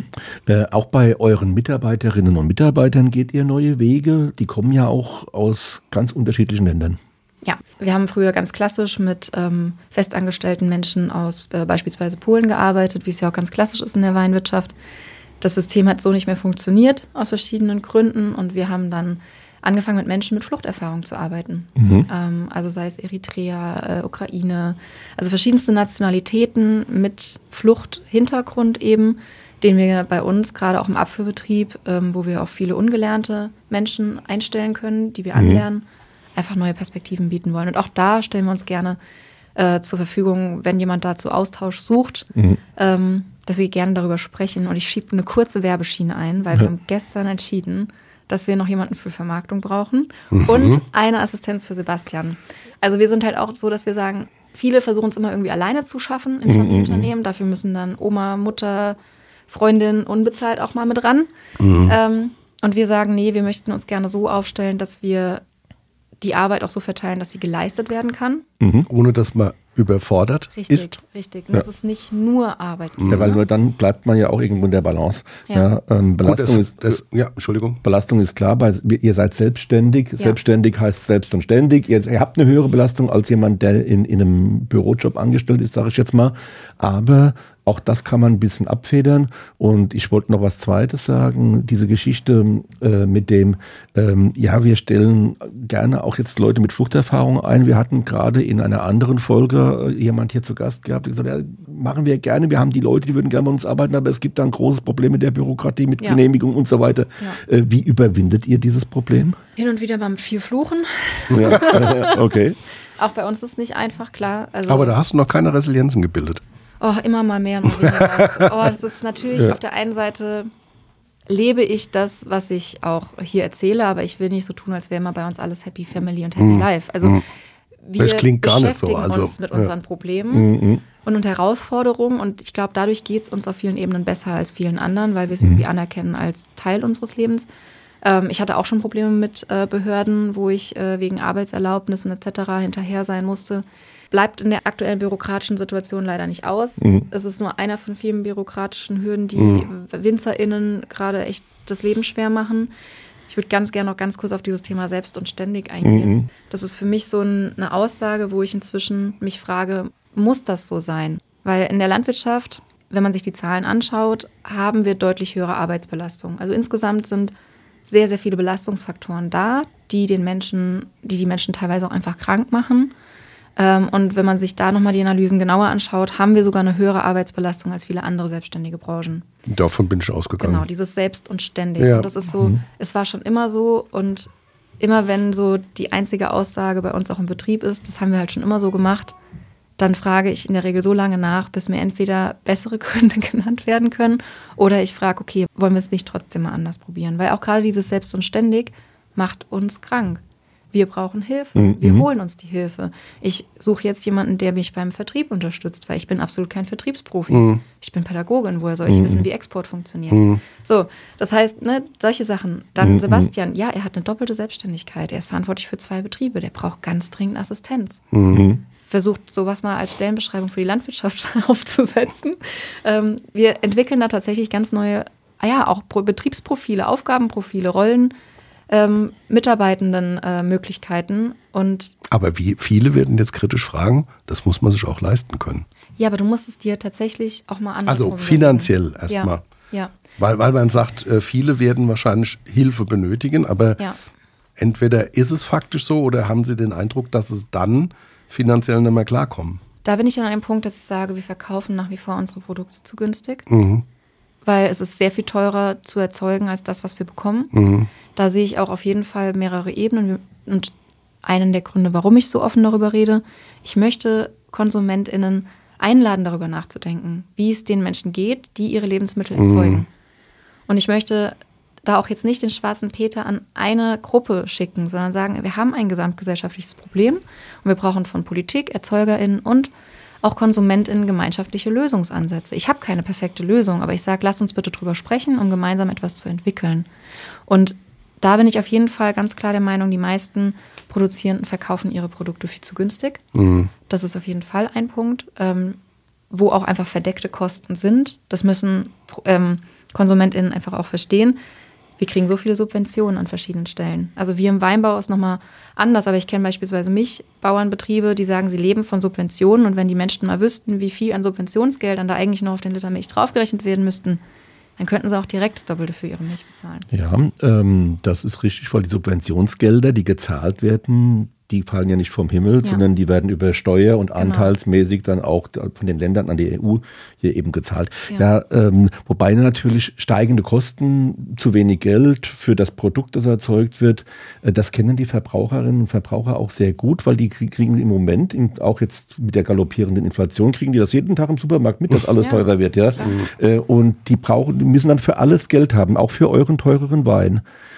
Speaker 3: Auch bei euren Mitarbeiterinnen und Mitarbeitern geht ihr neue Wege. Die kommen ja auch aus ganz unterschiedlichen Ländern.
Speaker 1: Ja, wir haben früher ganz klassisch mit festangestellten Menschen aus beispielsweise Polen gearbeitet, wie es ja auch ganz klassisch ist in der Weinwirtschaft. Das System hat so nicht mehr funktioniert, aus verschiedenen Gründen. Und wir haben dann angefangen, mit Menschen mit Fluchterfahrung zu arbeiten. Also sei es Eritrea, Ukraine, also verschiedenste Nationalitäten mit Fluchthintergrund eben, den wir bei uns, gerade auch im Apfelbetrieb, wo wir auch viele ungelernte Menschen einstellen können, die wir anlernen, einfach neue Perspektiven bieten wollen. Und auch da stellen wir uns gerne zur Verfügung, wenn jemand dazu Austausch sucht, dass wir gerne darüber sprechen. Und ich schiebe eine kurze Werbeschiene ein, weil wir haben gestern entschieden, dass wir noch jemanden für Vermarktung brauchen und eine Assistenz für Sebastian. Also wir sind halt auch so, dass wir sagen, viele versuchen es immer irgendwie alleine zu schaffen in Familienunternehmen. Dafür müssen dann Oma, Mutter, Freundin unbezahlt auch mal mit ran. Und wir sagen, nee, wir möchten uns gerne so aufstellen, dass wir die Arbeit auch so verteilen, dass sie geleistet werden kann.
Speaker 2: Ohne dass man überfordert ist.
Speaker 1: Richtig. Und das ist nicht nur Arbeit.
Speaker 3: Ja, weil nur dann bleibt man ja auch irgendwo in der Balance.
Speaker 1: Ja.
Speaker 2: Entschuldigung.
Speaker 3: Belastung ist klar, weil ihr seid selbstständig. Ja. Selbstständig heißt selbst und ständig. Ihr habt eine höhere Belastung als jemand, der in einem Bürojob angestellt ist, sage ich jetzt mal. Aber auch das kann man ein bisschen abfedern. Und ich wollte noch was Zweites sagen. Diese Geschichte mit dem, wir stellen gerne auch jetzt Leute mit Fluchterfahrung ein. Wir hatten gerade in einer anderen Folge jemand hier zu Gast gehabt, der gesagt hat, machen wir gerne. Wir haben die Leute, die würden gerne bei uns arbeiten, aber es gibt da ein großes Problem mit der Bürokratie, mit Genehmigung und so weiter. Ja. Wie überwindet ihr dieses Problem?
Speaker 1: Hin und wieder mal mit viel Fluchen.
Speaker 3: Ja, okay.
Speaker 1: Auch bei uns ist es nicht einfach, klar. Also,
Speaker 2: aber da hast du noch keine Resilienzen gebildet.
Speaker 1: Oh, immer mal mehr, mal weniger. Das ist natürlich auf der einen Seite lebe ich das, was ich auch hier erzähle, aber ich will nicht so tun, als wäre immer bei uns alles Happy Family und Happy Life. Also wir beschäftigen uns mit unseren Problemen und Herausforderungen und ich glaube, dadurch geht es uns auf vielen Ebenen besser als vielen anderen, weil wir es irgendwie anerkennen als Teil unseres Lebens. Ich hatte auch schon Probleme mit Behörden, wo ich wegen Arbeitserlaubnissen etc. hinterher sein musste. Bleibt in der aktuellen bürokratischen Situation leider nicht aus. Es ist nur einer von vielen bürokratischen Hürden, die WinzerInnen gerade echt das Leben schwer machen. Ich würde ganz gerne noch ganz kurz auf dieses Thema selbst und ständig eingehen. Das ist für mich so eine Aussage, wo ich inzwischen mich frage, muss das so sein? Weil in der Landwirtschaft, wenn man sich die Zahlen anschaut, haben wir deutlich höhere Arbeitsbelastung. Also insgesamt sind sehr, sehr viele Belastungsfaktoren da, die die Menschen teilweise auch einfach krank machen. Und wenn man sich da nochmal die Analysen genauer anschaut, haben wir sogar eine höhere Arbeitsbelastung als viele andere selbstständige Branchen.
Speaker 2: Davon bin ich ausgegangen.
Speaker 1: Genau, dieses Selbst und Ständig. Ja. Und das ist so, es war schon immer so und immer wenn so die einzige Aussage bei uns auch im Betrieb ist, das haben wir halt schon immer so gemacht, dann frage ich in der Regel so lange nach, bis mir entweder bessere Gründe genannt werden können oder ich frage, okay, wollen wir es nicht trotzdem mal anders probieren? Weil auch gerade dieses Selbst und Ständig macht uns krank. Wir brauchen Hilfe. Wir holen uns die Hilfe. Ich suche jetzt jemanden, der mich beim Vertrieb unterstützt, weil ich bin absolut kein Vertriebsprofi. Ich bin Pädagogin, woher soll ich wissen, wie Export funktioniert? So, das heißt, solche Sachen. Dann Sebastian, er hat eine doppelte Selbstständigkeit. Er ist verantwortlich für 2 Betriebe. Der braucht ganz dringend Assistenz. Versucht sowas mal als Stellenbeschreibung für die Landwirtschaft aufzusetzen. Wir entwickeln da tatsächlich ganz neue, auch Betriebsprofile, Aufgabenprofile, Rollen, Mitarbeitenden Möglichkeiten.
Speaker 2: Aber wie viele werden jetzt kritisch fragen, das muss man sich auch leisten können.
Speaker 1: Ja, aber du musst es dir tatsächlich auch mal anders
Speaker 2: Also finanziell erstmal.
Speaker 1: Ja.
Speaker 2: Weil man sagt, viele werden wahrscheinlich Hilfe benötigen, aber entweder ist es faktisch so oder haben sie den Eindruck, dass es dann finanziell nicht mehr klarkommen.
Speaker 1: Da bin ich dann an dem Punkt, dass ich sage, wir verkaufen nach wie vor unsere Produkte zu günstig. Weil es ist sehr viel teurer zu erzeugen als das, was wir bekommen. Da sehe ich auch auf jeden Fall mehrere Ebenen und einen der Gründe, warum ich so offen darüber rede. Ich möchte KonsumentInnen einladen, darüber nachzudenken, wie es den Menschen geht, die ihre Lebensmittel erzeugen. Und ich möchte da auch jetzt nicht den schwarzen Peter an eine Gruppe schicken, sondern sagen, wir haben ein gesamtgesellschaftliches Problem und wir brauchen von Politik, ErzeugerInnen und auch KonsumentInnen gemeinschaftliche Lösungsansätze. Ich habe keine perfekte Lösung, aber ich sage, lass uns bitte drüber sprechen, um gemeinsam etwas zu entwickeln. Und da bin ich auf jeden Fall ganz klar der Meinung, die meisten Produzierenden verkaufen ihre Produkte viel zu günstig. Das ist auf jeden Fall ein Punkt, wo auch einfach verdeckte Kosten sind. Das müssen KonsumentInnen einfach auch verstehen. Wir kriegen so viele Subventionen an verschiedenen Stellen. Also wir im Weinbau ist nochmal anders, aber ich kenne beispielsweise Milchbauernbetriebe, die sagen, sie leben von Subventionen und wenn die Menschen mal wüssten, wie viel an Subventionsgeldern da eigentlich noch auf den Liter Milch draufgerechnet werden müssten, dann könnten sie auch direkt das Doppelte für ihre Milch bezahlen.
Speaker 3: Ja, das ist richtig, weil die Subventionsgelder, die gezahlt werden, die fallen ja nicht vom Himmel, sondern die werden über Steuer- und anteilsmäßig dann auch von den Ländern an die EU hier eben gezahlt. Wobei natürlich steigende Kosten, zu wenig Geld für das Produkt, das erzeugt wird, das kennen die Verbraucherinnen und Verbraucher auch sehr gut, weil die kriegen im Moment, auch jetzt mit der galoppierenden Inflation, kriegen die das jeden Tag im Supermarkt mit, dass alles teurer wird. Und die müssen dann für alles Geld haben, auch für euren teureren Wein.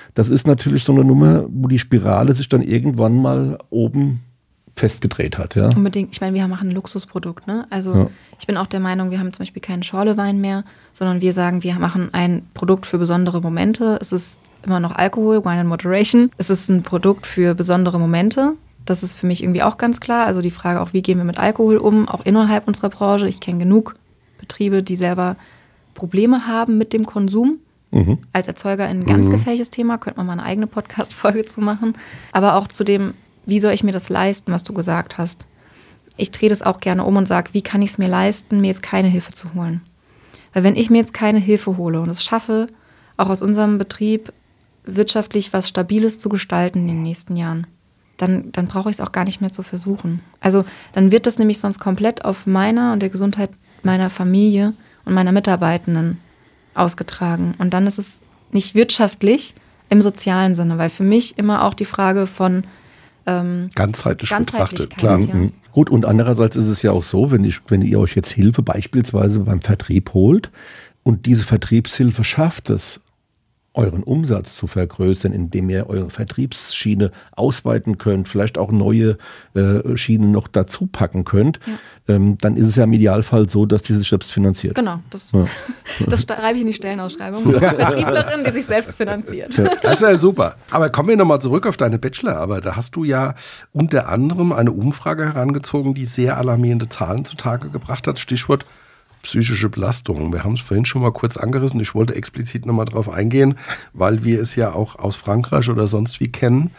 Speaker 3: das ist natürlich so eine Nummer, wo die Spirale sich dann irgendwann mal oben festgedreht hat. Ja.
Speaker 1: Unbedingt. Ich meine, wir machen ein Luxusprodukt. Ne? Also ich bin auch der Meinung, wir haben zum Beispiel keinen Schorlewein mehr, sondern wir sagen, wir machen ein Produkt für besondere Momente. Es ist immer noch Alkohol, Wine in Moderation. Es ist ein Produkt für besondere Momente. Das ist für mich irgendwie auch ganz klar. Also die Frage auch, wie gehen wir mit Alkohol um, auch innerhalb unserer Branche. Ich kenne genug Betriebe, die selber Probleme haben mit dem Konsum. Als Erzeuger ein ganz gefährliches Thema, könnte man mal eine eigene Podcast-Folge zu machen. Aber auch zu dem, wie soll ich mir das leisten, was du gesagt hast. Ich drehe das auch gerne um und sage, wie kann ich es mir leisten, mir jetzt keine Hilfe zu holen. Weil wenn ich mir jetzt keine Hilfe hole und es schaffe, auch aus unserem Betrieb wirtschaftlich was Stabiles zu gestalten in den nächsten Jahren, dann brauche ich es auch gar nicht mehr zu versuchen. Also dann wird das nämlich sonst komplett auf meiner und der Gesundheit meiner Familie und meiner Mitarbeitenden ausgetragen. Und dann ist es nicht wirtschaftlich im sozialen Sinne, weil für mich immer auch die Frage von
Speaker 2: ganzheitlich betrachtet, klar.
Speaker 1: Ja.
Speaker 3: Gut, und andererseits ist es ja auch so, wenn ihr euch jetzt Hilfe beispielsweise beim Vertrieb holt und diese Vertriebshilfe schafft es, euren Umsatz zu vergrößern, indem ihr eure Vertriebsschiene ausweiten könnt, vielleicht auch neue Schienen noch dazu packen könnt, dann ist es ja im Idealfall so, dass die sich selbst finanziert.
Speaker 1: Genau, das schreibe ich in die Stellenausschreibung. So eine Vertrieblerin, die sich selbst finanziert.
Speaker 2: Das wäre super. Aber kommen wir nochmal zurück auf deine Bachelorarbeit. Da hast du ja unter anderem eine Umfrage herangezogen, die sehr alarmierende Zahlen zutage gebracht hat. Stichwort psychische Belastung. Wir haben es vorhin schon mal kurz angerissen. Ich wollte explizit nochmal drauf eingehen, weil wir es ja auch aus Frankreich oder sonst wie kennen.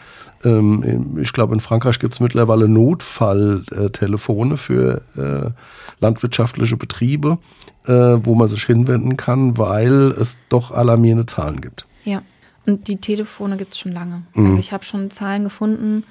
Speaker 2: Ich glaube, in Frankreich gibt es mittlerweile Notfalltelefone für landwirtschaftliche Betriebe, wo man sich hinwenden kann, weil es doch alarmierende Zahlen gibt.
Speaker 1: Ja, und die Telefone gibt es schon lange. Also ich habe schon Zahlen gefunden,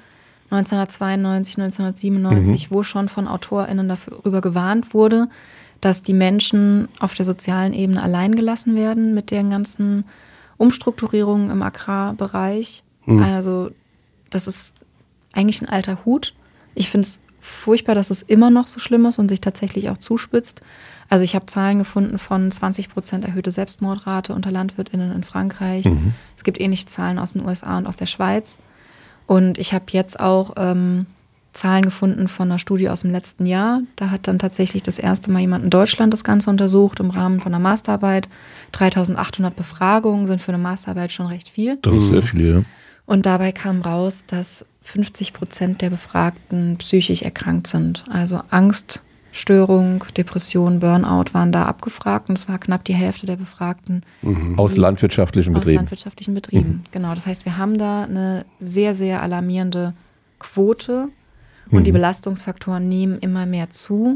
Speaker 1: 1992, 1997, wo schon von AutorInnen darüber gewarnt wurde, dass die Menschen auf der sozialen Ebene allein gelassen werden mit den ganzen Umstrukturierungen im Agrarbereich. Also das ist eigentlich ein alter Hut. Ich finde es furchtbar, dass es immer noch so schlimm ist und sich tatsächlich auch zuspitzt. Also ich habe Zahlen gefunden von 20% erhöhte Selbstmordrate unter LandwirtInnen in Frankreich. Es gibt ähnliche Zahlen aus den USA und aus der Schweiz. Und ich habe jetzt auch Zahlen gefunden von einer Studie aus dem letzten Jahr. Da hat dann tatsächlich das erste Mal jemand in Deutschland das Ganze untersucht im Rahmen von einer Masterarbeit. 3.800 Befragungen sind für eine Masterarbeit schon recht viel.
Speaker 3: Das ist sehr viel, ja.
Speaker 1: Und dabei kam raus, dass 50% der Befragten psychisch erkrankt sind. Also Angststörung, Depression, Burnout waren da abgefragt. Und es war knapp die Hälfte der Befragten.
Speaker 3: Aus landwirtschaftlichen Betrieben.
Speaker 1: Aus landwirtschaftlichen Betrieben, genau. Das heißt, wir haben da eine sehr, sehr alarmierende Quote. Und die Belastungsfaktoren nehmen immer mehr zu.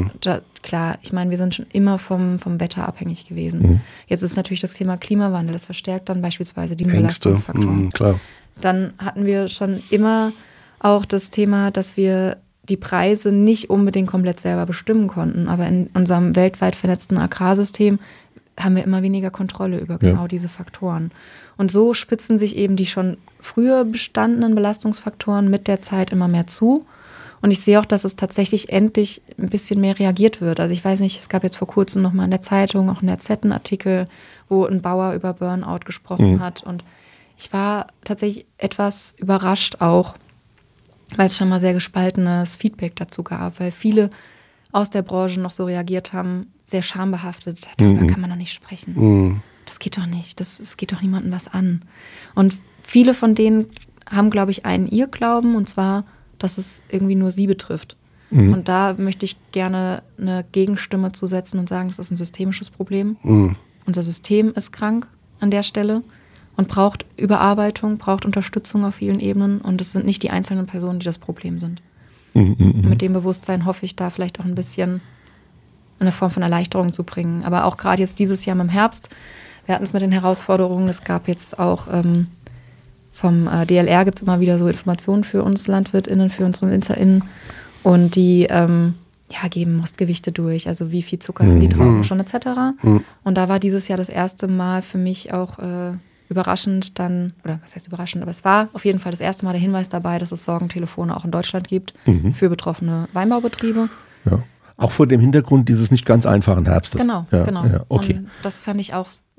Speaker 1: Klar, ich meine, wir sind schon immer vom Wetter abhängig gewesen. Jetzt ist natürlich das Thema Klimawandel, das verstärkt dann beispielsweise die Belastungsfaktoren.
Speaker 2: Klar.
Speaker 1: Dann hatten wir schon immer auch das Thema, dass wir die Preise nicht unbedingt komplett selber bestimmen konnten. Aber in unserem weltweit vernetzten Agrarsystem haben wir immer weniger Kontrolle über genau diese Faktoren. Und so spitzen sich eben die schon früher bestandenen Belastungsfaktoren mit der Zeit immer mehr zu. Und ich sehe auch, dass es tatsächlich endlich ein bisschen mehr reagiert wird. Also ich weiß nicht, es gab jetzt vor kurzem noch mal in der Zeitung, auch in der Z einen Artikel, wo ein Bauer über Burnout gesprochen hat. Und ich war tatsächlich etwas überrascht auch, weil es schon mal sehr gespaltenes Feedback dazu gab, weil viele aus der Branche noch so reagiert haben, sehr schambehaftet. Darüber kann man doch nicht sprechen. Das geht doch nicht. Das geht doch niemandem was an. Und viele von denen haben, glaube ich, einen Irrglauben, und zwar, dass es irgendwie nur sie betrifft. Und da möchte ich gerne eine Gegenstimme zusetzen und sagen, das ist ein systemisches Problem. Unser System ist krank an der Stelle und braucht Überarbeitung, braucht Unterstützung auf vielen Ebenen. Und es sind nicht die einzelnen Personen, die das Problem sind. Mit dem Bewusstsein hoffe ich, da vielleicht auch ein bisschen eine Form von Erleichterung zu bringen. Aber auch gerade jetzt dieses Jahr im Herbst, wir hatten es mit den Herausforderungen. Es gab jetzt auch vom DLR gibt es immer wieder so Informationen für uns LandwirtInnen, für unsere WinzerInnen. Und die geben Mostgewichte durch, also wie viel Zucker haben die Trauben schon etc. Und da war dieses Jahr das erste Mal für mich auch überraschend dann, oder was heißt überraschend, aber es war auf jeden Fall das erste Mal der Hinweis dabei, dass es Sorgentelefone auch in Deutschland gibt für betroffene Weinbaubetriebe.
Speaker 3: Ja. Auch vor dem Hintergrund dieses nicht ganz einfachen Herbstes.
Speaker 1: Genau.
Speaker 3: Ja, okay.
Speaker 1: Und das fand ich auch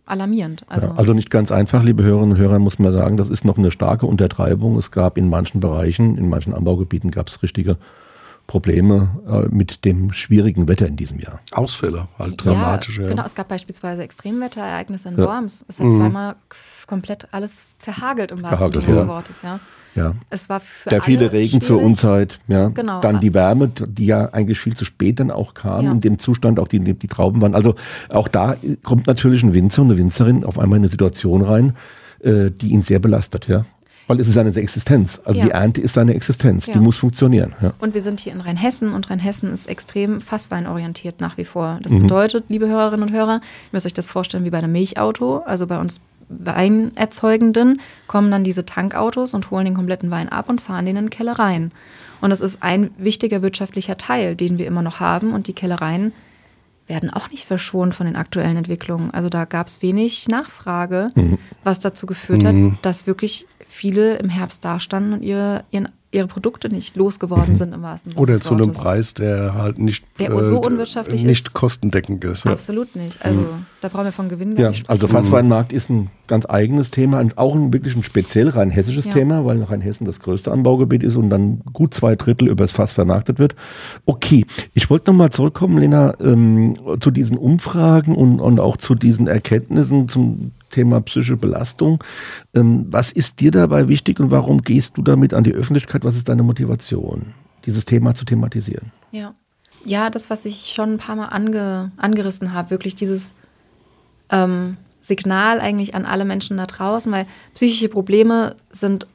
Speaker 1: alarmierend.
Speaker 3: Also nicht ganz einfach, liebe Hörerinnen und Hörer, muss man sagen. Das ist noch eine starke Untertreibung. Es gab in manchen Bereichen, in manchen Anbaugebieten gab es richtige Probleme mit dem schwierigen Wetter in diesem Jahr.
Speaker 2: Ausfälle, halt dramatische.
Speaker 1: Ja, genau, es gab beispielsweise Extremwetterereignisse in Worms. Es hat zweimal komplett alles zerhagelt im wahrsten Sinne des Wortes. Ja. Es war für
Speaker 3: der viele Regen
Speaker 1: schwierig.
Speaker 3: zur Unzeit, ja.
Speaker 1: Genau.
Speaker 3: Dann die Wärme, die ja eigentlich viel zu spät dann auch kam, in dem Zustand auch die Trauben waren. Also auch da kommt natürlich ein Winzer und eine Winzerin auf einmal in eine Situation rein, die ihn sehr belastet, ja. Weil es ist seine Existenz. Also die Ernte ist seine Existenz. Die muss funktionieren. Ja.
Speaker 1: Und wir sind hier in Rheinhessen und Rheinhessen ist extrem fassweinorientiert nach wie vor. Das bedeutet, liebe Hörerinnen und Hörer, ihr müsst euch das vorstellen wie bei einem Milchauto. Also bei uns Weinerzeugenden kommen dann diese Tankautos und holen den kompletten Wein ab und fahren den in Kellereien. Und das ist ein wichtiger wirtschaftlicher Teil, den wir immer noch haben. Und die Kellereien werden auch nicht verschont von den aktuellen Entwicklungen. Also da gab es wenig Nachfrage, was dazu geführt hat, dass wirklich viele im Herbst dastanden und ihre Produkte nicht losgeworden sind im wahrsten Sinne
Speaker 2: Oder
Speaker 1: des
Speaker 2: zu einem
Speaker 1: Wortes.
Speaker 2: Preis, der halt nicht,
Speaker 1: so unwirtschaftlich
Speaker 2: nicht
Speaker 1: ist.
Speaker 2: kostendeckend ist. Ja.
Speaker 1: Absolut nicht. Also da brauchen wir von Gewinn gar nicht sprechen.
Speaker 3: Also Fassweinmarkt ist ein ganz eigenes Thema und auch wirklich ein speziell rheinhessisches Thema, weil Rheinhessen das größte Anbaugebiet ist und dann gut 2/3 übers Fass vermarktet wird. Okay, ich wollte nochmal zurückkommen, Lena, zu diesen Umfragen und auch zu diesen Erkenntnissen zum Thema psychische Belastung. Was ist dir dabei wichtig und warum gehst du damit an die Öffentlichkeit? Was ist deine Motivation, dieses Thema zu thematisieren?
Speaker 1: Ja, das, was ich schon ein paar Mal angerissen habe, wirklich dieses Signal eigentlich an alle Menschen da draußen, weil psychische Probleme sind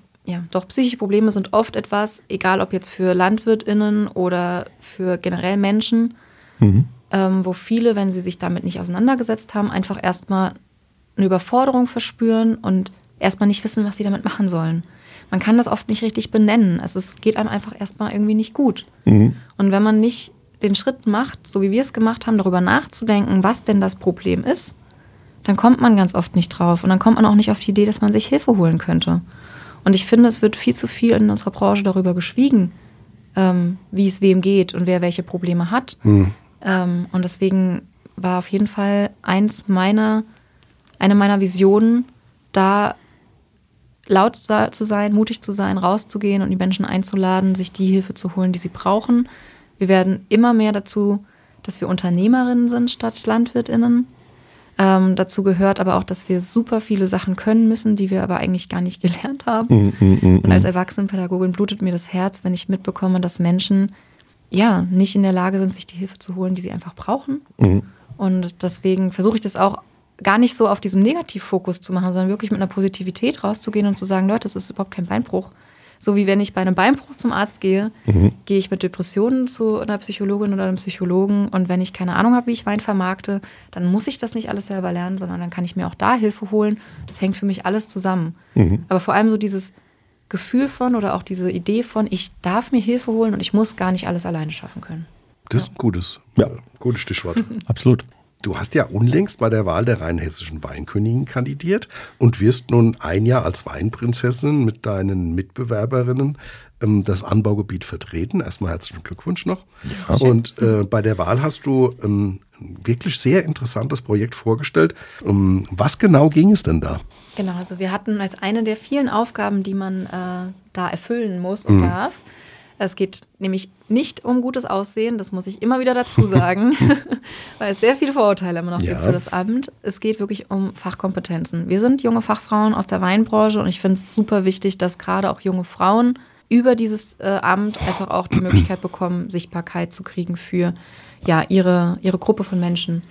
Speaker 1: oft etwas, egal ob jetzt für LandwirtInnen oder für generell Menschen, wo viele, wenn sie sich damit nicht auseinandergesetzt haben, einfach erstmal eine Überforderung verspüren und erstmal nicht wissen, was sie damit machen sollen. Man kann das oft nicht richtig benennen. Es geht einem einfach erstmal irgendwie nicht gut. Und wenn man nicht den Schritt macht, so wie wir es gemacht haben, darüber nachzudenken, was denn das Problem ist, dann kommt man ganz oft nicht drauf. Und dann kommt man auch nicht auf die Idee, dass man sich Hilfe holen könnte. Und ich finde, es wird viel zu viel in unserer Branche darüber geschwiegen, wie es wem geht und wer welche Probleme hat. Und deswegen war auf jeden Fall eine meiner Visionen, da laut zu sein, mutig zu sein, rauszugehen und die Menschen einzuladen, sich die Hilfe zu holen, die sie brauchen. Wir werden immer mehr dazu, dass wir Unternehmerinnen sind statt LandwirtInnen. Dazu gehört aber auch, dass wir super viele Sachen können müssen, die wir aber eigentlich gar nicht gelernt haben. Und als Erwachsenenpädagogin blutet mir das Herz, wenn ich mitbekomme, dass Menschen nicht in der Lage sind, sich die Hilfe zu holen, die sie einfach brauchen. Und deswegen versuche ich das auch gar nicht so auf diesem Negativfokus zu machen, sondern wirklich mit einer Positivität rauszugehen und zu sagen, Leute, das ist überhaupt kein Beinbruch. So wie wenn ich bei einem Beinbruch zum Arzt gehe, gehe ich mit Depressionen zu einer Psychologin oder einem Psychologen und wenn ich keine Ahnung habe, wie ich Wein vermarkte, dann muss ich das nicht alles selber lernen, sondern dann kann ich mir auch da Hilfe holen. Das hängt für mich alles zusammen. Aber vor allem so dieses Gefühl von oder auch diese Idee von, ich darf mir Hilfe holen und ich muss gar nicht alles alleine schaffen können.
Speaker 2: Das ist ein gutes Stichwort.
Speaker 3: Absolut.
Speaker 2: Du hast ja unlängst bei der Wahl der rheinhessischen Weinkönigin kandidiert und wirst nun ein Jahr als Weinprinzessin mit deinen Mitbewerberinnen das Anbaugebiet vertreten. Erstmal herzlichen Glückwunsch noch. Ja. Und bei der Wahl hast du ein wirklich sehr interessantes Projekt vorgestellt. Was genau ging es denn da?
Speaker 1: Genau, also wir hatten als eine der vielen Aufgaben, die man da erfüllen muss und darf. Es geht nämlich nicht um gutes Aussehen, das muss ich immer wieder dazu sagen, weil es sehr viele Vorurteile immer noch gibt für das Amt. Es geht wirklich um Fachkompetenzen. Wir sind junge Fachfrauen aus der Weinbranche und ich finde es super wichtig, dass gerade auch junge Frauen über dieses Amt einfach auch die Möglichkeit bekommen, Sichtbarkeit zu kriegen für ihre Gruppe von Menschen.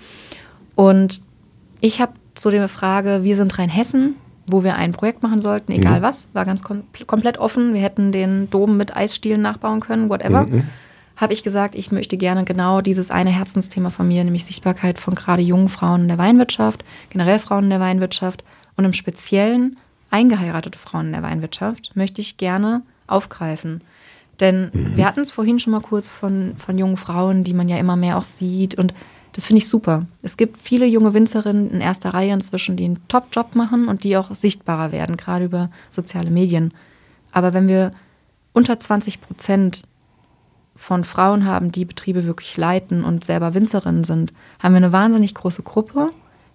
Speaker 1: Und ich habe zu der Frage, wir sind Rheinhessen, wo wir ein Projekt machen sollten, egal was, war ganz komplett offen. Wir hätten den Dom mit Eisstielen nachbauen können, whatever. Habe ich gesagt, ich möchte gerne genau dieses eine Herzensthema von mir, nämlich Sichtbarkeit von gerade jungen Frauen in der Weinwirtschaft, generell Frauen in der Weinwirtschaft und im Speziellen eingeheiratete Frauen in der Weinwirtschaft, möchte ich gerne aufgreifen. Denn wir hatten es vorhin schon mal kurz von jungen Frauen, die man ja immer mehr auch sieht und das finde ich super. Es gibt viele junge Winzerinnen in erster Reihe inzwischen, die einen Top-Job machen und die auch sichtbarer werden, gerade über soziale Medien. Aber wenn wir unter 20% von Frauen haben, die Betriebe wirklich leiten und selber Winzerinnen sind, haben wir eine wahnsinnig große Gruppe,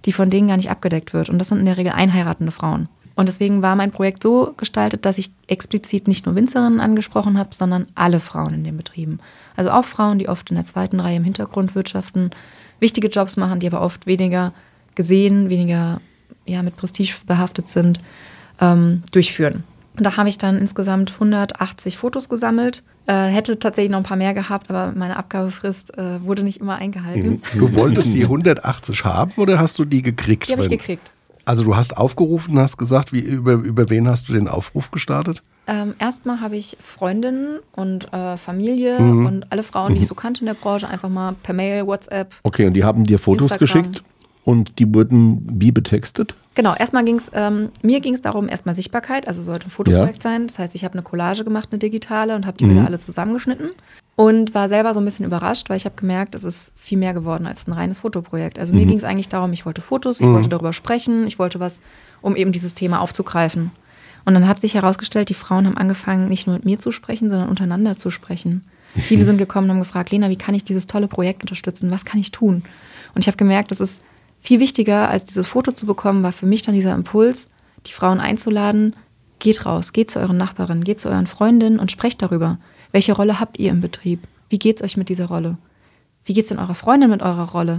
Speaker 1: die von denen gar nicht abgedeckt wird. Und das sind in der Regel einheiratende Frauen. Und deswegen war mein Projekt so gestaltet, dass ich explizit nicht nur Winzerinnen angesprochen habe, sondern alle Frauen in den Betrieben. Also auch Frauen, die oft in der zweiten Reihe im Hintergrund wirtschaften, wichtige Jobs machen, die aber oft weniger gesehen, weniger mit Prestige behaftet sind, durchführen. Und da habe ich dann insgesamt 180 Fotos gesammelt. Hätte tatsächlich noch ein paar mehr gehabt, aber meine Abgabefrist wurde nicht immer eingehalten.
Speaker 2: Du wolltest die 180 haben oder hast du die gekriegt?
Speaker 1: Die habe ich gekriegt.
Speaker 2: Also du hast aufgerufen, hast gesagt, über wen hast du den Aufruf gestartet?
Speaker 1: Erstmal habe ich Freundinnen und Familie und alle Frauen, die ich so kannte in der Branche, einfach mal per Mail, WhatsApp.
Speaker 3: Okay, und die haben dir Fotos
Speaker 1: Instagram
Speaker 3: geschickt und die wurden wie betextet?
Speaker 1: Genau, mir ging es darum, erstmal Sichtbarkeit, also sollte ein Fotoprojekt sein. Das heißt, ich habe eine Collage gemacht, eine digitale, und habe die Bilder alle zusammengeschnitten und war selber so ein bisschen überrascht, weil ich habe gemerkt, es ist viel mehr geworden als ein reines Fotoprojekt. Also mir ging es eigentlich darum, ich wollte Fotos, ich wollte darüber sprechen, ich wollte was, um eben dieses Thema aufzugreifen. Und dann hat sich herausgestellt, die Frauen haben angefangen, nicht nur mit mir zu sprechen, sondern untereinander zu sprechen. Viele sind gekommen und haben gefragt, Lena, wie kann ich dieses tolle Projekt unterstützen? Was kann ich tun? Und ich habe gemerkt, das ist viel wichtiger, als dieses Foto zu bekommen, war für mich dann dieser Impuls, die Frauen einzuladen, geht raus, geht zu euren Nachbarinnen, geht zu euren Freundinnen und sprecht darüber. Welche Rolle habt ihr im Betrieb? Wie geht's euch mit dieser Rolle? Wie geht's denn eurer Freundin mit eurer Rolle?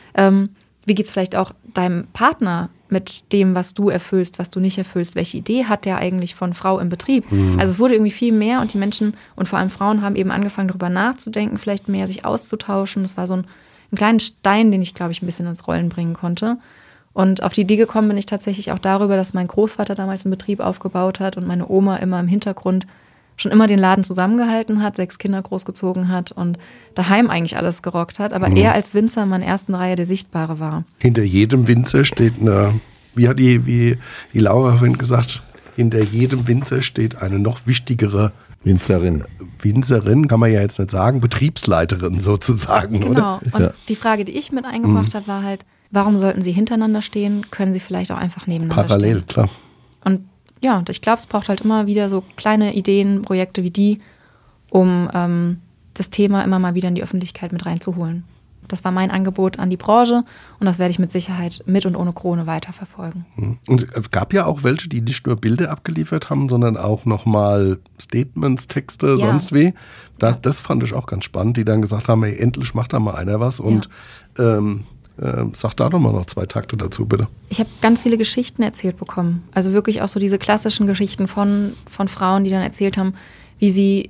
Speaker 1: Wie geht's vielleicht auch deinem Partner mit dem, was du erfüllst, was du nicht erfüllst? Welche Idee hat der eigentlich von Frau im Betrieb? Also es wurde irgendwie viel mehr und die Menschen und vor allem Frauen haben eben angefangen, darüber nachzudenken, vielleicht mehr sich auszutauschen. Das war so ein kleinen Stein, den ich, glaube ich, ein bisschen ins Rollen bringen konnte. Und auf die Idee gekommen bin ich tatsächlich auch darüber, dass mein Großvater damals einen Betrieb aufgebaut hat und meine Oma immer im Hintergrund schon immer den Laden zusammengehalten hat, 6 Kinder großgezogen hat und daheim eigentlich alles gerockt hat, aber er als Winzer in meiner ersten Reihe der Sichtbare war.
Speaker 2: Hinter jedem Winzer steht wie Laura vorhin gesagt, hinter jedem Winzer steht eine noch wichtigere Winzerin, kann man ja jetzt nicht sagen, Betriebsleiterin sozusagen,
Speaker 1: genau.
Speaker 2: Oder?
Speaker 1: Und die Frage, die ich mit eingebracht habe, war halt, warum sollten sie hintereinander stehen? Können sie vielleicht auch einfach nebeneinander stehen?
Speaker 2: Parallel, klar.
Speaker 1: Und ja, und ich glaube, es braucht halt immer wieder so kleine Ideen, Projekte wie die, um das Thema immer mal wieder in die Öffentlichkeit mit reinzuholen. Das war mein Angebot an die Branche und das werde ich mit Sicherheit mit und ohne Krone weiterverfolgen.
Speaker 2: Und es gab ja auch welche, die nicht nur Bilder abgeliefert haben, sondern auch nochmal Statements, Texte, sonst wie. Das fand ich auch ganz spannend, die dann gesagt haben, hey, endlich macht da mal einer was und sag da doch mal noch 2 Takte dazu, bitte.
Speaker 1: Ich habe ganz viele Geschichten erzählt bekommen. Also wirklich auch so diese klassischen Geschichten von Frauen, die dann erzählt haben, wie sie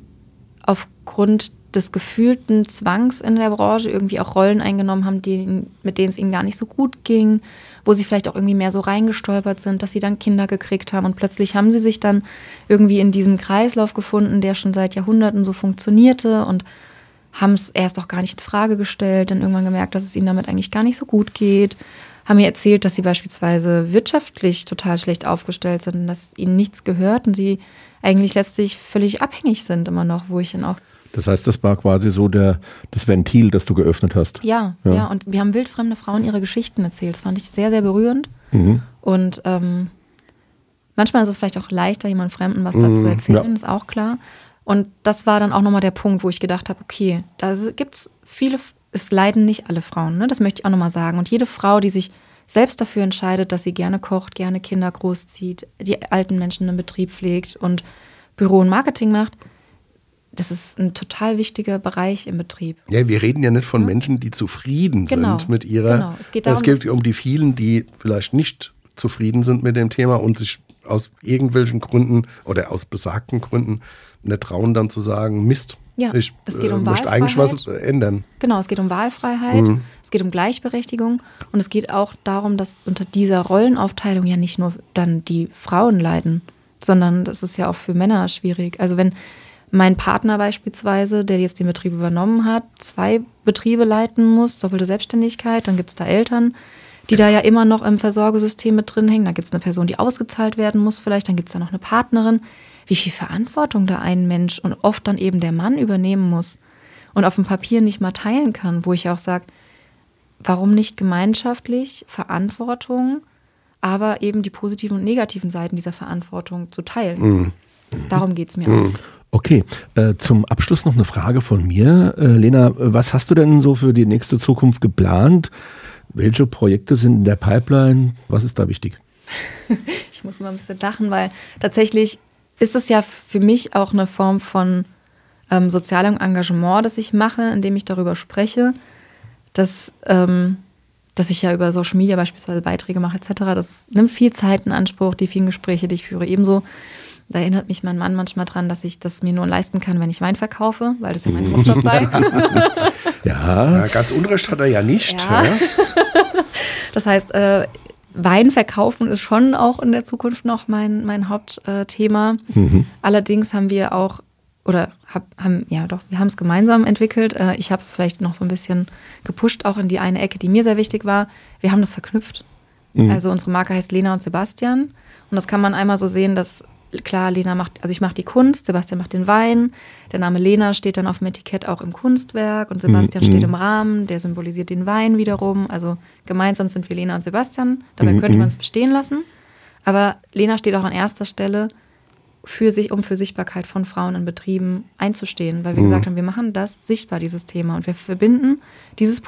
Speaker 1: aufgrund des gefühlten Zwangs in der Branche irgendwie auch Rollen eingenommen haben, mit denen es ihnen gar nicht so gut ging, wo sie vielleicht auch irgendwie mehr so reingestolpert sind, dass sie dann Kinder gekriegt haben und plötzlich haben sie sich dann irgendwie in diesem Kreislauf gefunden, der schon seit Jahrhunderten so funktionierte und haben es erst auch gar nicht in Frage gestellt, dann irgendwann gemerkt, dass es ihnen damit eigentlich gar nicht so gut geht, haben mir erzählt, dass sie beispielsweise wirtschaftlich total schlecht aufgestellt sind, dass ihnen nichts gehört und sie eigentlich letztlich völlig abhängig sind immer noch, wo ich dann auch...
Speaker 3: Das heißt, das war quasi so das Ventil, das du geöffnet hast.
Speaker 1: Ja, und wir haben wildfremde Frauen ihre Geschichten erzählt. Das fand ich sehr, sehr berührend. Und manchmal ist es vielleicht auch leichter, jemand Fremden was dazu erzählen, ist auch klar. Und das war dann auch nochmal der Punkt, wo ich gedacht habe, okay, da gibt es viele, es leiden nicht alle Frauen, ne? Das möchte ich auch nochmal sagen. Und jede Frau, die sich selbst dafür entscheidet, dass sie gerne kocht, gerne Kinder großzieht, die alten Menschen im Betrieb pflegt und Büro und Marketing macht, das ist ein total wichtiger Bereich im Betrieb.
Speaker 2: Ja, wir reden ja nicht von Menschen, die zufrieden sind mit ihrer...
Speaker 1: Genau. Es geht
Speaker 2: um die vielen, die vielleicht nicht zufrieden sind mit dem Thema und sich aus irgendwelchen Gründen oder aus besagten Gründen nicht trauen, dann zu sagen, Mist, ich möchte eigentlich was ändern.
Speaker 1: Genau, es geht um Wahlfreiheit, es geht um Gleichberechtigung und es geht auch darum, dass unter dieser Rollenaufteilung ja nicht nur dann die Frauen leiden, sondern das ist ja auch für Männer schwierig. Also wenn mein Partner beispielsweise, der jetzt den Betrieb übernommen hat, 2 Betriebe leiten muss, doppelte Selbstständigkeit, dann gibt es da Eltern, die da ja immer noch im Versorgesystem mit drin hängen. Da gibt es eine Person, die ausgezahlt werden muss vielleicht, dann gibt es da noch eine Partnerin. Wie viel Verantwortung da ein Mensch und oft dann eben der Mann übernehmen muss und auf dem Papier nicht mal teilen kann, wo ich auch sage, warum nicht gemeinschaftlich Verantwortung, aber eben die positiven und negativen Seiten dieser Verantwortung zu teilen. Darum geht es mir auch.
Speaker 3: Okay, zum Abschluss noch eine Frage von mir. Lena, was hast du denn so für die nächste Zukunft geplant? Welche Projekte sind in der Pipeline? Was ist da wichtig?
Speaker 1: Ich muss immer ein bisschen lachen, weil tatsächlich ist es ja für mich auch eine Form von sozialem Engagement, das ich mache, indem ich darüber spreche, dass ich ja über Social Media beispielsweise Beiträge mache etc. Das nimmt viel Zeit in Anspruch, die vielen Gespräche, die ich führe, ebenso. Da erinnert mich mein Mann manchmal dran, dass ich das mir nur leisten kann, wenn ich Wein verkaufe, weil das ja mein Hauptjob sei.
Speaker 2: Ja, ganz Unrecht hat er ja nicht.
Speaker 1: Ja.
Speaker 2: Ja.
Speaker 1: Das heißt, Wein verkaufen ist schon auch in der Zukunft noch mein Hauptthema. Allerdings haben wir auch, wir haben es gemeinsam entwickelt. Ich habe es vielleicht noch so ein bisschen gepusht, auch in die eine Ecke, die mir sehr wichtig war. Wir haben das verknüpft. Also unsere Marke heißt Lena und Sebastian. Und das kann man einmal so sehen, dass klar, ich mache die Kunst, Sebastian macht den Wein. Der Name Lena steht dann auf dem Etikett auch im Kunstwerk und Sebastian steht im Rahmen, der symbolisiert den Wein wiederum. Also gemeinsam sind wir Lena und Sebastian. Dabei könnte man es bestehen lassen. Aber Lena steht auch an erster Stelle um für Sichtbarkeit von Frauen in Betrieben einzustehen, weil wir gesagt haben, wir machen das sichtbar, dieses Thema. Und wir verbinden dieses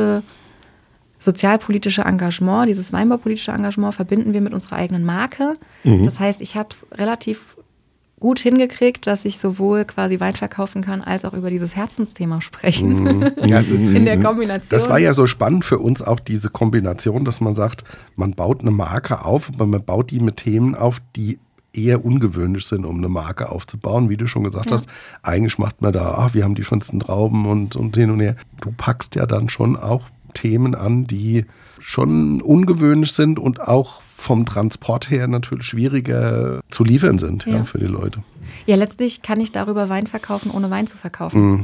Speaker 1: sozialpolitische Engagement, dieses weinbaupolitische Engagement verbinden wir mit unserer eigenen Marke. Das heißt, ich habe es relativ gut hingekriegt, dass ich sowohl quasi Wein verkaufen kann, als auch über dieses Herzensthema sprechen.
Speaker 2: Ja,
Speaker 1: in der Kombination.
Speaker 2: Das war ja so spannend für uns auch, diese Kombination, dass man sagt, man baut eine Marke auf, aber man baut die mit Themen auf, die eher ungewöhnlich sind, um eine Marke aufzubauen. Wie du schon gesagt hast, eigentlich macht man da, wir haben die schönsten Trauben und hin und her. Du packst ja dann schon auch Themen an, die schon ungewöhnlich sind und auch vom Transport her natürlich schwieriger zu liefern sind für die Leute.
Speaker 1: Ja, letztlich kann ich darüber Wein verkaufen, ohne Wein zu verkaufen.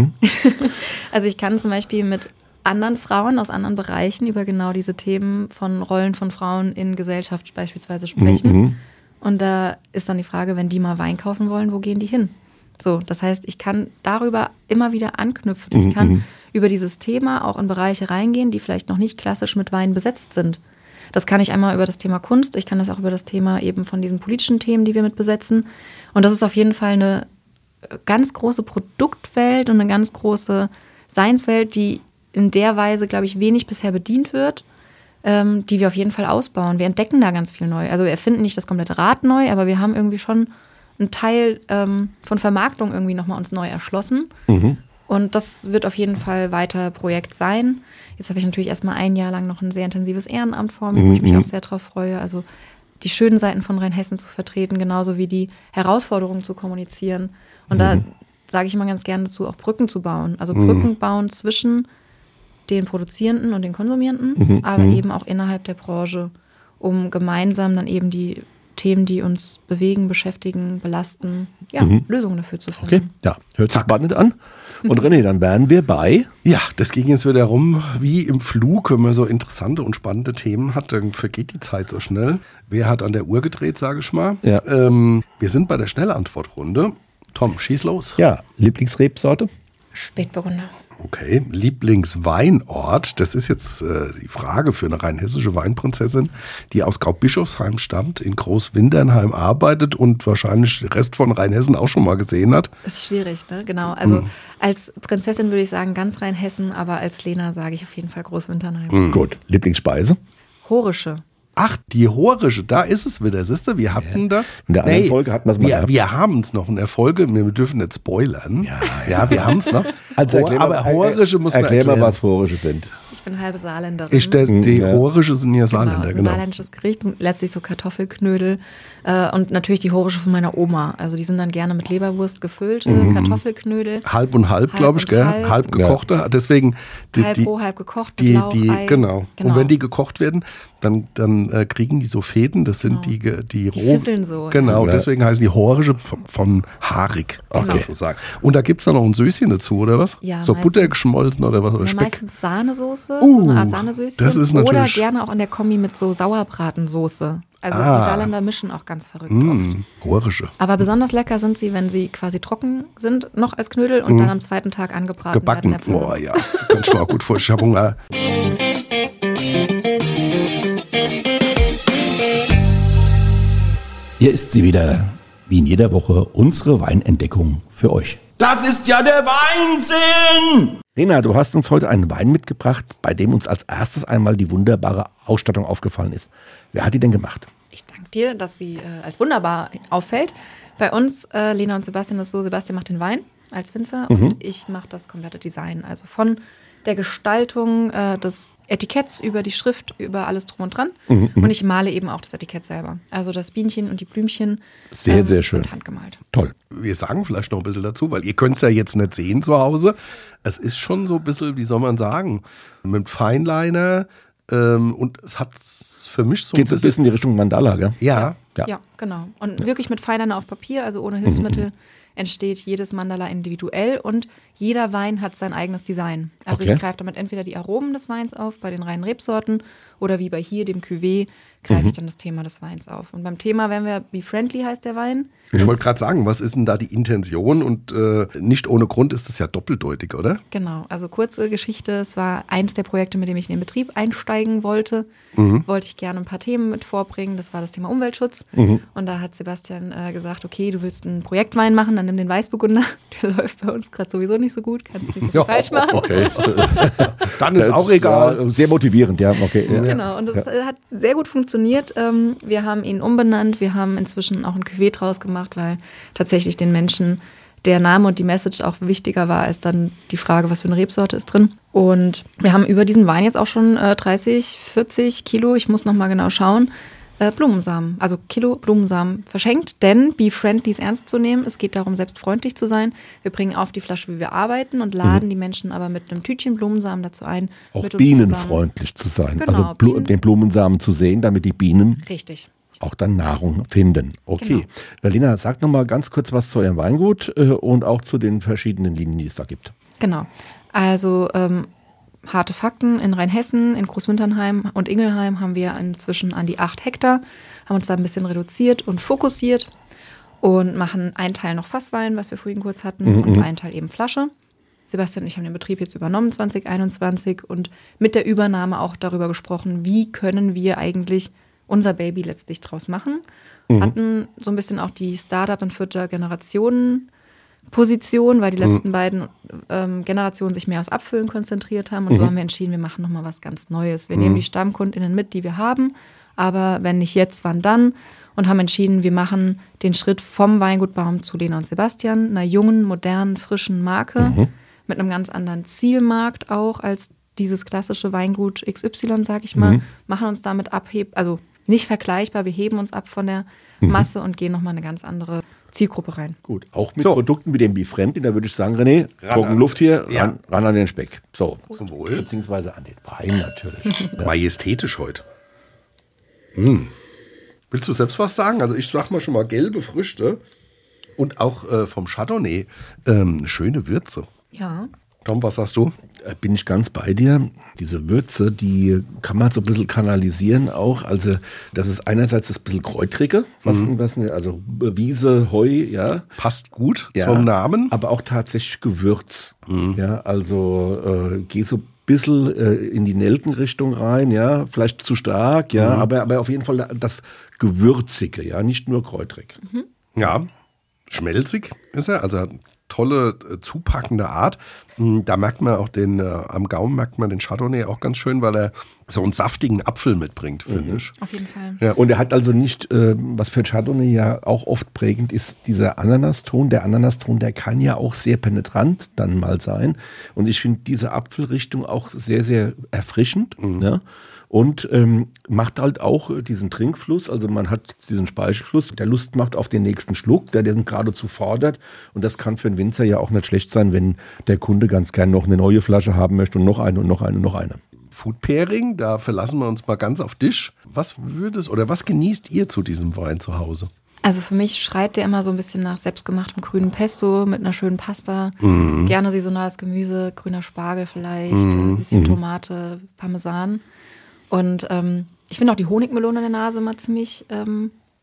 Speaker 1: Also ich kann zum Beispiel mit anderen Frauen aus anderen Bereichen über genau diese Themen von Rollen von Frauen in Gesellschaft beispielsweise sprechen. Und da ist dann die Frage, wenn die mal Wein kaufen wollen, wo gehen die hin? So, das heißt, ich kann darüber immer wieder anknüpfen. Ich kann über dieses Thema auch in Bereiche reingehen, die vielleicht noch nicht klassisch mit Wein besetzt sind. Das kann ich einmal über das Thema Kunst, ich kann das auch über das Thema eben von diesen politischen Themen, die wir mit besetzen. Und das ist auf jeden Fall eine ganz große Produktwelt und eine ganz große Seinswelt, die in der Weise, glaube ich, wenig bisher bedient wird, die wir auf jeden Fall ausbauen. Wir entdecken da ganz viel neu. Also wir erfinden nicht das komplette Rad neu, aber wir haben irgendwie schon einen Teil von Vermarktung irgendwie nochmal uns neu erschlossen. Und das wird auf jeden Fall weiter Projekt sein. Jetzt habe ich natürlich erstmal ein Jahr lang noch ein sehr intensives Ehrenamt vor mir, wo ich mich auch sehr drauf freue. Also die schönen Seiten von Rheinhessen zu vertreten, genauso wie die Herausforderungen zu kommunizieren. Und da sage ich immer ganz gerne dazu, auch Brücken zu bauen. Also Brücken bauen zwischen den Produzierenden und den Konsumierenden, aber eben auch innerhalb der Branche, um gemeinsam dann eben die Themen, die uns bewegen, beschäftigen, belasten, Lösungen dafür zu finden.
Speaker 3: Okay, ja, hört sich spannend an. Und René, dann wären wir bei...
Speaker 2: Ja, das ging jetzt wieder rum, wie im Flug, wenn man so interessante und spannende Themen hat, dann vergeht die Zeit so schnell. Wer hat an der Uhr gedreht, sage ich mal. Ja. Wir sind bei der Schnellantwortrunde. Tom, schieß los.
Speaker 3: Ja, Lieblingsrebsorte?
Speaker 1: Spätburgunder.
Speaker 2: Okay, Lieblingsweinort, das ist jetzt die Frage für eine rheinhessische Weinprinzessin, die aus Graubischofsheim stammt, in Großwinternheim arbeitet und wahrscheinlich den Rest von Rheinhessen auch schon mal gesehen hat.
Speaker 1: Das ist schwierig, ne? Genau. Also als Prinzessin würde ich sagen ganz Rheinhessen, aber als Lena sage ich auf jeden Fall Großwinternheim.
Speaker 3: Gut, Lieblingsspeise?
Speaker 1: Horische.
Speaker 2: Ach, die Horische, da ist es wieder, siehst du, wir hatten das.
Speaker 3: In der anderen Folge hatten wir es mal gehabt.
Speaker 2: Wir haben es noch in der Folge, wir dürfen nicht spoilern. Ja, wir haben es noch.
Speaker 3: Also
Speaker 2: aber Horische muss man erklären.
Speaker 3: Erklär mal, was Horische sind.
Speaker 1: Ich bin halbe Saarländerin.
Speaker 2: Die Horische sind ja Saarländer,
Speaker 1: genau. Ein saarländisches Gericht, letztlich so Kartoffelknödel und natürlich die Horische von meiner Oma. Also die sind dann gerne mit Leberwurst gefüllte Kartoffelknödel.
Speaker 2: Halb und halb, glaube ich, gell? Halb gekochte. Ja. Deswegen
Speaker 1: halb roh, halb gekocht, Lauch, Ei.
Speaker 2: Genau. Und wenn die gekocht werden, dann kriegen die so Fäden. Das sind die
Speaker 1: roh. Die fisseln so.
Speaker 2: Genau, deswegen heißen die Horische von haarig, sozusagen. Und da gibt es dann noch ein Söschen dazu, oder was?
Speaker 1: Ja,
Speaker 2: so Butter geschmolzen oder was? Oder
Speaker 1: ja,
Speaker 2: Speck?
Speaker 1: Meistens Sahnesoße, so eine Art Sahnesöschen.
Speaker 2: Das ist natürlich...
Speaker 1: Oder gerne auch in der Kombi mit so Sauerbratensoße. Also die Saarländer mischen auch ganz verrückt oft.
Speaker 2: Horische.
Speaker 1: Aber besonders lecker sind sie, wenn sie quasi trocken sind, noch als Knödel und dann am zweiten Tag angebraten
Speaker 2: gebacken.
Speaker 1: werden.
Speaker 2: Boah, ja. Kann ich mir auch gut vorstellen. Ich habe Hunger.
Speaker 4: Hier ist sie wieder, wie in jeder Woche, unsere Weinentdeckung für euch. Das ist ja der Weinsinn!
Speaker 3: Lena, du hast uns heute einen Wein mitgebracht, bei dem uns als erstes einmal die wunderbare Ausstattung aufgefallen ist. Wer hat die denn gemacht?
Speaker 1: Ich danke dir, dass sie als wunderbar auffällt. Bei uns, Lena und Sebastian, ist so, Sebastian macht den Wein als Winzer und ich mache das komplette Design. Also von der Gestaltung des Etiketts über die Schrift, über alles drum und dran. Und ich male eben auch das Etikett selber. Also das Bienchen und die Blümchen
Speaker 3: sehr, sehr schön.
Speaker 1: sind handgemalt.
Speaker 3: Toll.
Speaker 2: Wir sagen vielleicht noch ein bisschen dazu, weil ihr könnt es ja jetzt nicht sehen zu Hause. Es ist schon so ein bisschen, wie soll man sagen, mit Feinliner und es hat für mich so
Speaker 3: Geht so ein bisschen in die Richtung Mandala, gell?
Speaker 2: Ja.
Speaker 1: Ja, genau. Und wirklich mit Feinliner auf Papier, also ohne Hilfsmittel, entsteht jedes Mandala individuell und jeder Wein hat sein eigenes Design. Also ich greife damit entweder die Aromen des Weins auf bei den reinen Rebsorten oder wie bei hier, dem Cuvée, greife ich dann das Thema des Weins auf. Und beim Thema wären wir, Be Friendly heißt der Wein.
Speaker 2: Ich wollte gerade sagen, was ist denn da die Intention? Und nicht ohne Grund ist das ja doppeldeutig, oder?
Speaker 1: Genau, also kurze Geschichte. Es war eins der Projekte, mit dem ich in den Betrieb einsteigen wollte. Wollte ich gerne ein paar Themen mit vorbringen. Das war das Thema Umweltschutz. Und da hat Sebastian gesagt, okay, du willst einen Projektwein machen, dann nimm den Weißburgunder. Der läuft bei uns gerade sowieso nicht so gut, kannst nicht so viel falsch machen.
Speaker 3: Okay.
Speaker 2: Dann ist auch egal.
Speaker 3: Ja, sehr motivierend, ja. Okay.
Speaker 1: Genau, und das hat sehr gut funktioniert. Wir haben ihn umbenannt. Wir haben inzwischen auch ein Cuvée draus gemacht, weil tatsächlich den Menschen der Name und die Message auch wichtiger war, als dann die Frage, was für eine Rebsorte ist drin. Und wir haben über diesen Wein jetzt auch schon 30, 40 Kilo, ich muss nochmal genau schauen, Blumensamen, also Kilo Blumensamen verschenkt, denn Be Friendly ist ernst zu nehmen. Es geht darum, selbst freundlich zu sein. Wir bringen auf die Flasche, wie wir arbeiten und laden die Menschen aber mit einem Tütchen Blumensamen dazu ein,
Speaker 3: auch
Speaker 1: mit uns
Speaker 3: bienenfreundlich zu sein.
Speaker 1: Genau,
Speaker 3: also den Blumensamen zu sehen, damit die Bienen
Speaker 1: richtig
Speaker 3: auch dann Nahrung finden. Okay.
Speaker 1: Genau.
Speaker 3: Lena, sag noch mal ganz kurz was zu eurem Weingut und auch zu den verschiedenen Linien, die es da gibt.
Speaker 1: Genau. Also harte Fakten, in Rheinhessen, in Großwinternheim und Ingelheim haben wir inzwischen an die 8 Hektar, haben uns da ein bisschen reduziert und fokussiert und machen einen Teil noch Fasswein, was wir vorhin kurz hatten, und einen Teil eben Flasche. Sebastian und ich haben den Betrieb jetzt übernommen 2021 und mit der Übernahme auch darüber gesprochen, wie können wir eigentlich unser Baby letztlich draus machen. Hatten so ein bisschen auch die Startup- in 4. Position, weil die letzten beiden Generationen sich mehr aufs Abfüllen konzentriert haben. Und so haben wir entschieden, wir machen nochmal was ganz Neues. Wir nehmen die StammkundInnen mit, die wir haben, aber wenn nicht jetzt, wann dann? Und haben entschieden, wir machen den Schritt vom Weingutbaum zu Lena und Sebastian, einer jungen, modernen, frischen Marke, mit einem ganz anderen Zielmarkt auch als dieses klassische Weingut XY, sag ich mal, machen uns damit also nicht vergleichbar, wir heben uns ab von der Masse und gehen nochmal eine ganz andere Zielgruppe rein.
Speaker 3: Gut, auch mit Produkten wie dem Be Friendly, da würde ich sagen, René, Trockenluft hier, ran an den Speck. So,
Speaker 2: Zum Wohl.
Speaker 3: beziehungsweise an den Wein natürlich.
Speaker 2: Majestätisch heute. Willst du selbst was sagen? Also ich sag mal schon mal gelbe Früchte und auch vom Chardonnay eine schöne Würze.
Speaker 1: Ja.
Speaker 2: Tom, was sagst du?
Speaker 3: Bin ich ganz bei dir. Diese Würze, die kann man so ein bisschen kanalisieren auch. Also das ist einerseits das bisschen Kräutrige, also Wiese, Heu, ja.
Speaker 2: Passt gut zum Namen.
Speaker 3: Aber auch tatsächlich Gewürz. Ja, also geh so ein bisschen in die Nelkenrichtung rein, ja, vielleicht zu stark, ja, aber auf jeden Fall das Gewürzige, ja, nicht nur kräutrig.
Speaker 2: Ja, schmelzig ist er, also tolle, zupackende Art. Da merkt man auch am Gaumen merkt man den Chardonnay auch ganz schön, weil er so einen saftigen Apfel mitbringt, finde ich.
Speaker 1: Auf jeden Fall.
Speaker 3: Ja. Und er hat also nicht, was für Chardonnay ja auch oft prägend ist, dieser Ananaston. Der Ananaston, der kann ja auch sehr penetrant dann mal sein. Und ich finde diese Apfelrichtung auch sehr, sehr erfrischend. Ne? Und macht halt auch diesen Trinkfluss, also man hat diesen Speichelfluss, der Lust macht auf den nächsten Schluck, der den geradezu fordert. Und das kann für einen Winzer ja auch nicht schlecht sein, wenn der Kunde ganz gern noch eine neue Flasche haben möchte und noch eine und noch eine und noch eine.
Speaker 2: Food Pairing, da verlassen wir uns mal ganz auf dich. Was genießt ihr zu diesem Wein zu Hause?
Speaker 1: Also für mich schreit der immer so ein bisschen nach selbstgemachtem grünen Pesto mit einer schönen Pasta. Gerne saisonales Gemüse, grüner Spargel vielleicht, ein bisschen Tomate, Parmesan. Und ich finde auch die Honigmelone in der Nase immer ziemlich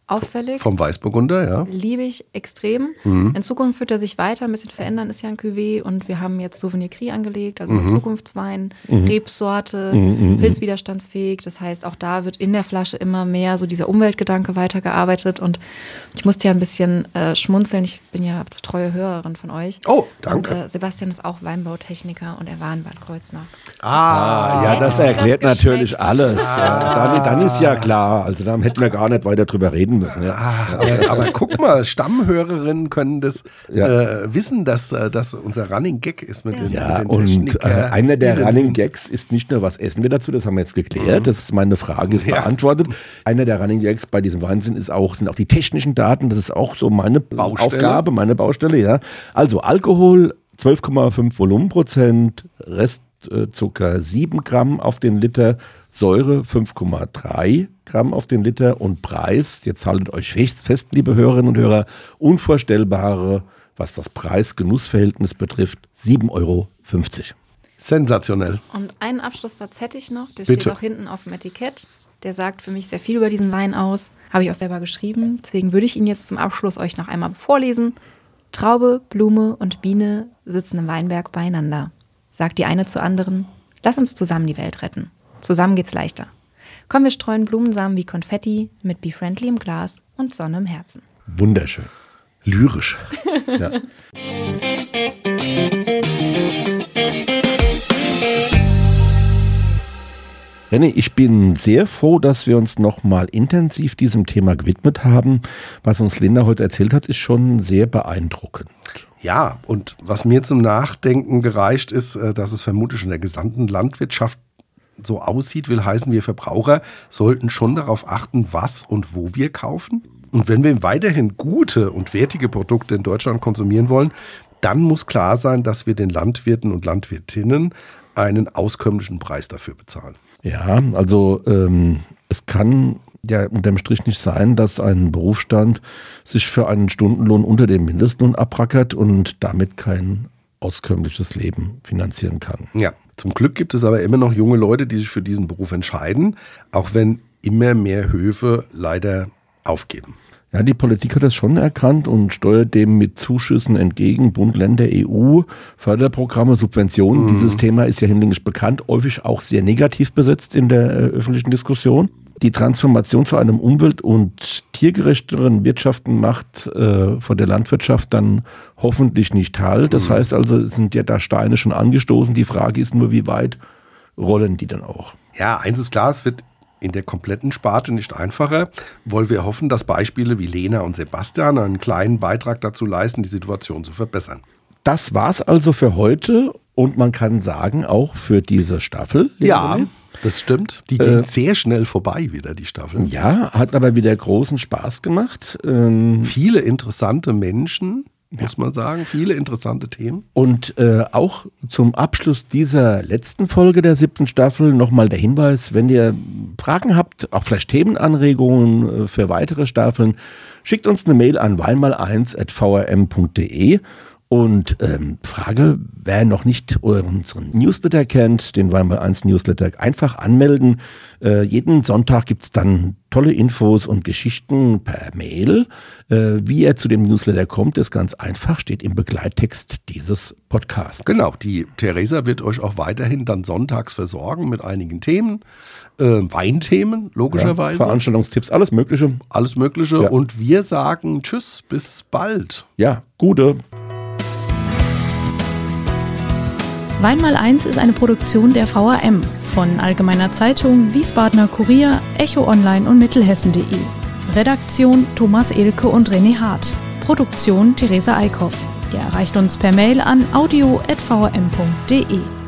Speaker 1: auffällig.
Speaker 2: Vom Weißburgunder, ja.
Speaker 1: Liebe ich extrem. In Zukunft wird er sich weiter ein bisschen verändern, ist ja ein Cuvée. Und wir haben jetzt Souvenir Cru angelegt, also mit Zukunftswein, Rebsorte, pilzwiderstandsfähig. Das heißt, auch da wird in der Flasche immer mehr so dieser Umweltgedanke weitergearbeitet. Und ich musste ja ein bisschen schmunzeln. Ich bin ja treue Hörerin von euch.
Speaker 2: Oh, danke.
Speaker 1: Und Sebastian ist auch Weinbautechniker und er war in Bad Kreuznach.
Speaker 3: Ja, das erklärt natürlich alles. Ja. Dann ist ja klar. Also dann hätten wir gar nicht weiter drüber reden müssen. Ja.
Speaker 2: Aber guck mal, Stammhörerinnen können das wissen, dass das unser Running Gag ist mit den
Speaker 3: und einer der Running Gags ist nicht nur, was essen wir dazu, das haben wir jetzt geklärt, das ist meine Frage, ist beantwortet. Einer der Running Gags bei diesem Wein sind auch die technischen Daten, das ist auch so meine Aufgabe, meine Baustelle. Ja. Also Alkohol 12,5 Volumenprozent, Restzucker 7 Gramm auf den Liter, Säure 5,3 Gramm auf den Liter und Preis, jetzt haltet euch fest, liebe Hörerinnen und Hörer, unvorstellbare, was das Preis-Genuss-Verhältnis betrifft, 7,50 Euro.
Speaker 2: Sensationell.
Speaker 1: Und einen Abschlusssatz hätte ich noch, der
Speaker 2: Bitte.
Speaker 1: steht auch hinten auf dem Etikett. Der sagt für mich sehr viel über diesen Wein aus. Habe ich auch selber geschrieben. Deswegen würde ich ihn jetzt zum Abschluss euch noch einmal vorlesen. Traube, Blume und Biene sitzen im Weinberg beieinander. Sagt die eine zur anderen, lass uns zusammen die Welt retten. Zusammen geht's leichter. Komm, wir streuen Blumensamen wie Konfetti mit Be Friendly im Glas und Sonne im Herzen.
Speaker 3: Wunderschön.
Speaker 2: Lyrisch.
Speaker 3: Ja. René, ich bin sehr froh, dass wir uns nochmal intensiv diesem Thema gewidmet haben. Was uns Linda heute erzählt hat, ist schon sehr beeindruckend.
Speaker 2: Ja, und was mir zum Nachdenken gereicht ist, dass es vermutlich in der gesamten Landwirtschaft so aussieht, will heißen, wir Verbraucher sollten schon darauf achten, was und wo wir kaufen. Und wenn wir weiterhin gute und wertige Produkte in Deutschland konsumieren wollen, dann muss klar sein, dass wir den Landwirten und Landwirtinnen einen auskömmlichen Preis dafür bezahlen.
Speaker 3: Ja, also es kann ja unterm Strich nicht sein, dass ein Berufsstand sich für einen Stundenlohn unter dem Mindestlohn abrackert und damit kein auskömmliches Leben finanzieren kann.
Speaker 2: Ja, zum Glück gibt es aber immer noch junge Leute, die sich für diesen Beruf entscheiden, auch wenn immer mehr Höfe leider aufgeben.
Speaker 3: Ja, die Politik hat das schon erkannt und steuert dem mit Zuschüssen entgegen. Bund, Länder, EU, Förderprogramme, Subventionen. Dieses Thema ist ja hinlänglich bekannt, häufig auch sehr negativ besetzt in der öffentlichen Diskussion. Die Transformation zu einem umwelt- und tiergerechteren Wirtschaften macht vor der Landwirtschaft dann hoffentlich nicht Halt. Das heißt also, sind ja da Steine schon angestoßen. Die Frage ist nur, wie weit rollen die dann auch?
Speaker 2: Ja, eins ist klar, es wird in der kompletten Sparte nicht einfacher, weil wir hoffen, dass Beispiele wie Lena und Sebastian einen kleinen Beitrag dazu leisten, die Situation zu verbessern.
Speaker 3: Das war's also für heute und man kann sagen, auch für diese Staffel.
Speaker 2: Ja, das stimmt. Die ging sehr schnell vorbei wieder, die Staffel.
Speaker 3: Ja, hat aber wieder großen Spaß gemacht.
Speaker 2: Viele interessante Menschen, muss man sagen, viele interessante Themen.
Speaker 3: Und auch zum Abschluss dieser letzten Folge der 7. Staffel nochmal der Hinweis, wenn ihr Fragen habt, auch vielleicht Themenanregungen für weitere Staffeln, schickt uns eine Mail an weinmal1@vrm.de. Und Frage, wer noch nicht unseren Newsletter kennt, den Weinmal 1 Newsletter, einfach anmelden. Jeden Sonntag gibt es dann tolle Infos und Geschichten per Mail. Wie ihr zu dem Newsletter kommt, ist ganz einfach, steht im Begleittext dieses Podcasts.
Speaker 2: Genau, die Theresa wird euch auch weiterhin dann sonntags versorgen mit einigen Themen, Weinthemen logischerweise.
Speaker 3: Ja, Veranstaltungstipps, alles Mögliche.
Speaker 2: Alles Mögliche
Speaker 3: Ja.
Speaker 2: Und wir sagen Tschüss, bis bald.
Speaker 3: Ja, gute.
Speaker 5: Weinmal 1 ist eine Produktion der VRM von Allgemeiner Zeitung, Wiesbadener Kurier, Echo Online und Mittelhessen.de. Redaktion Thomas Elke und René Hart. Produktion Theresa Eickhoff. Ihr erreicht uns per Mail an audio@vrm.de.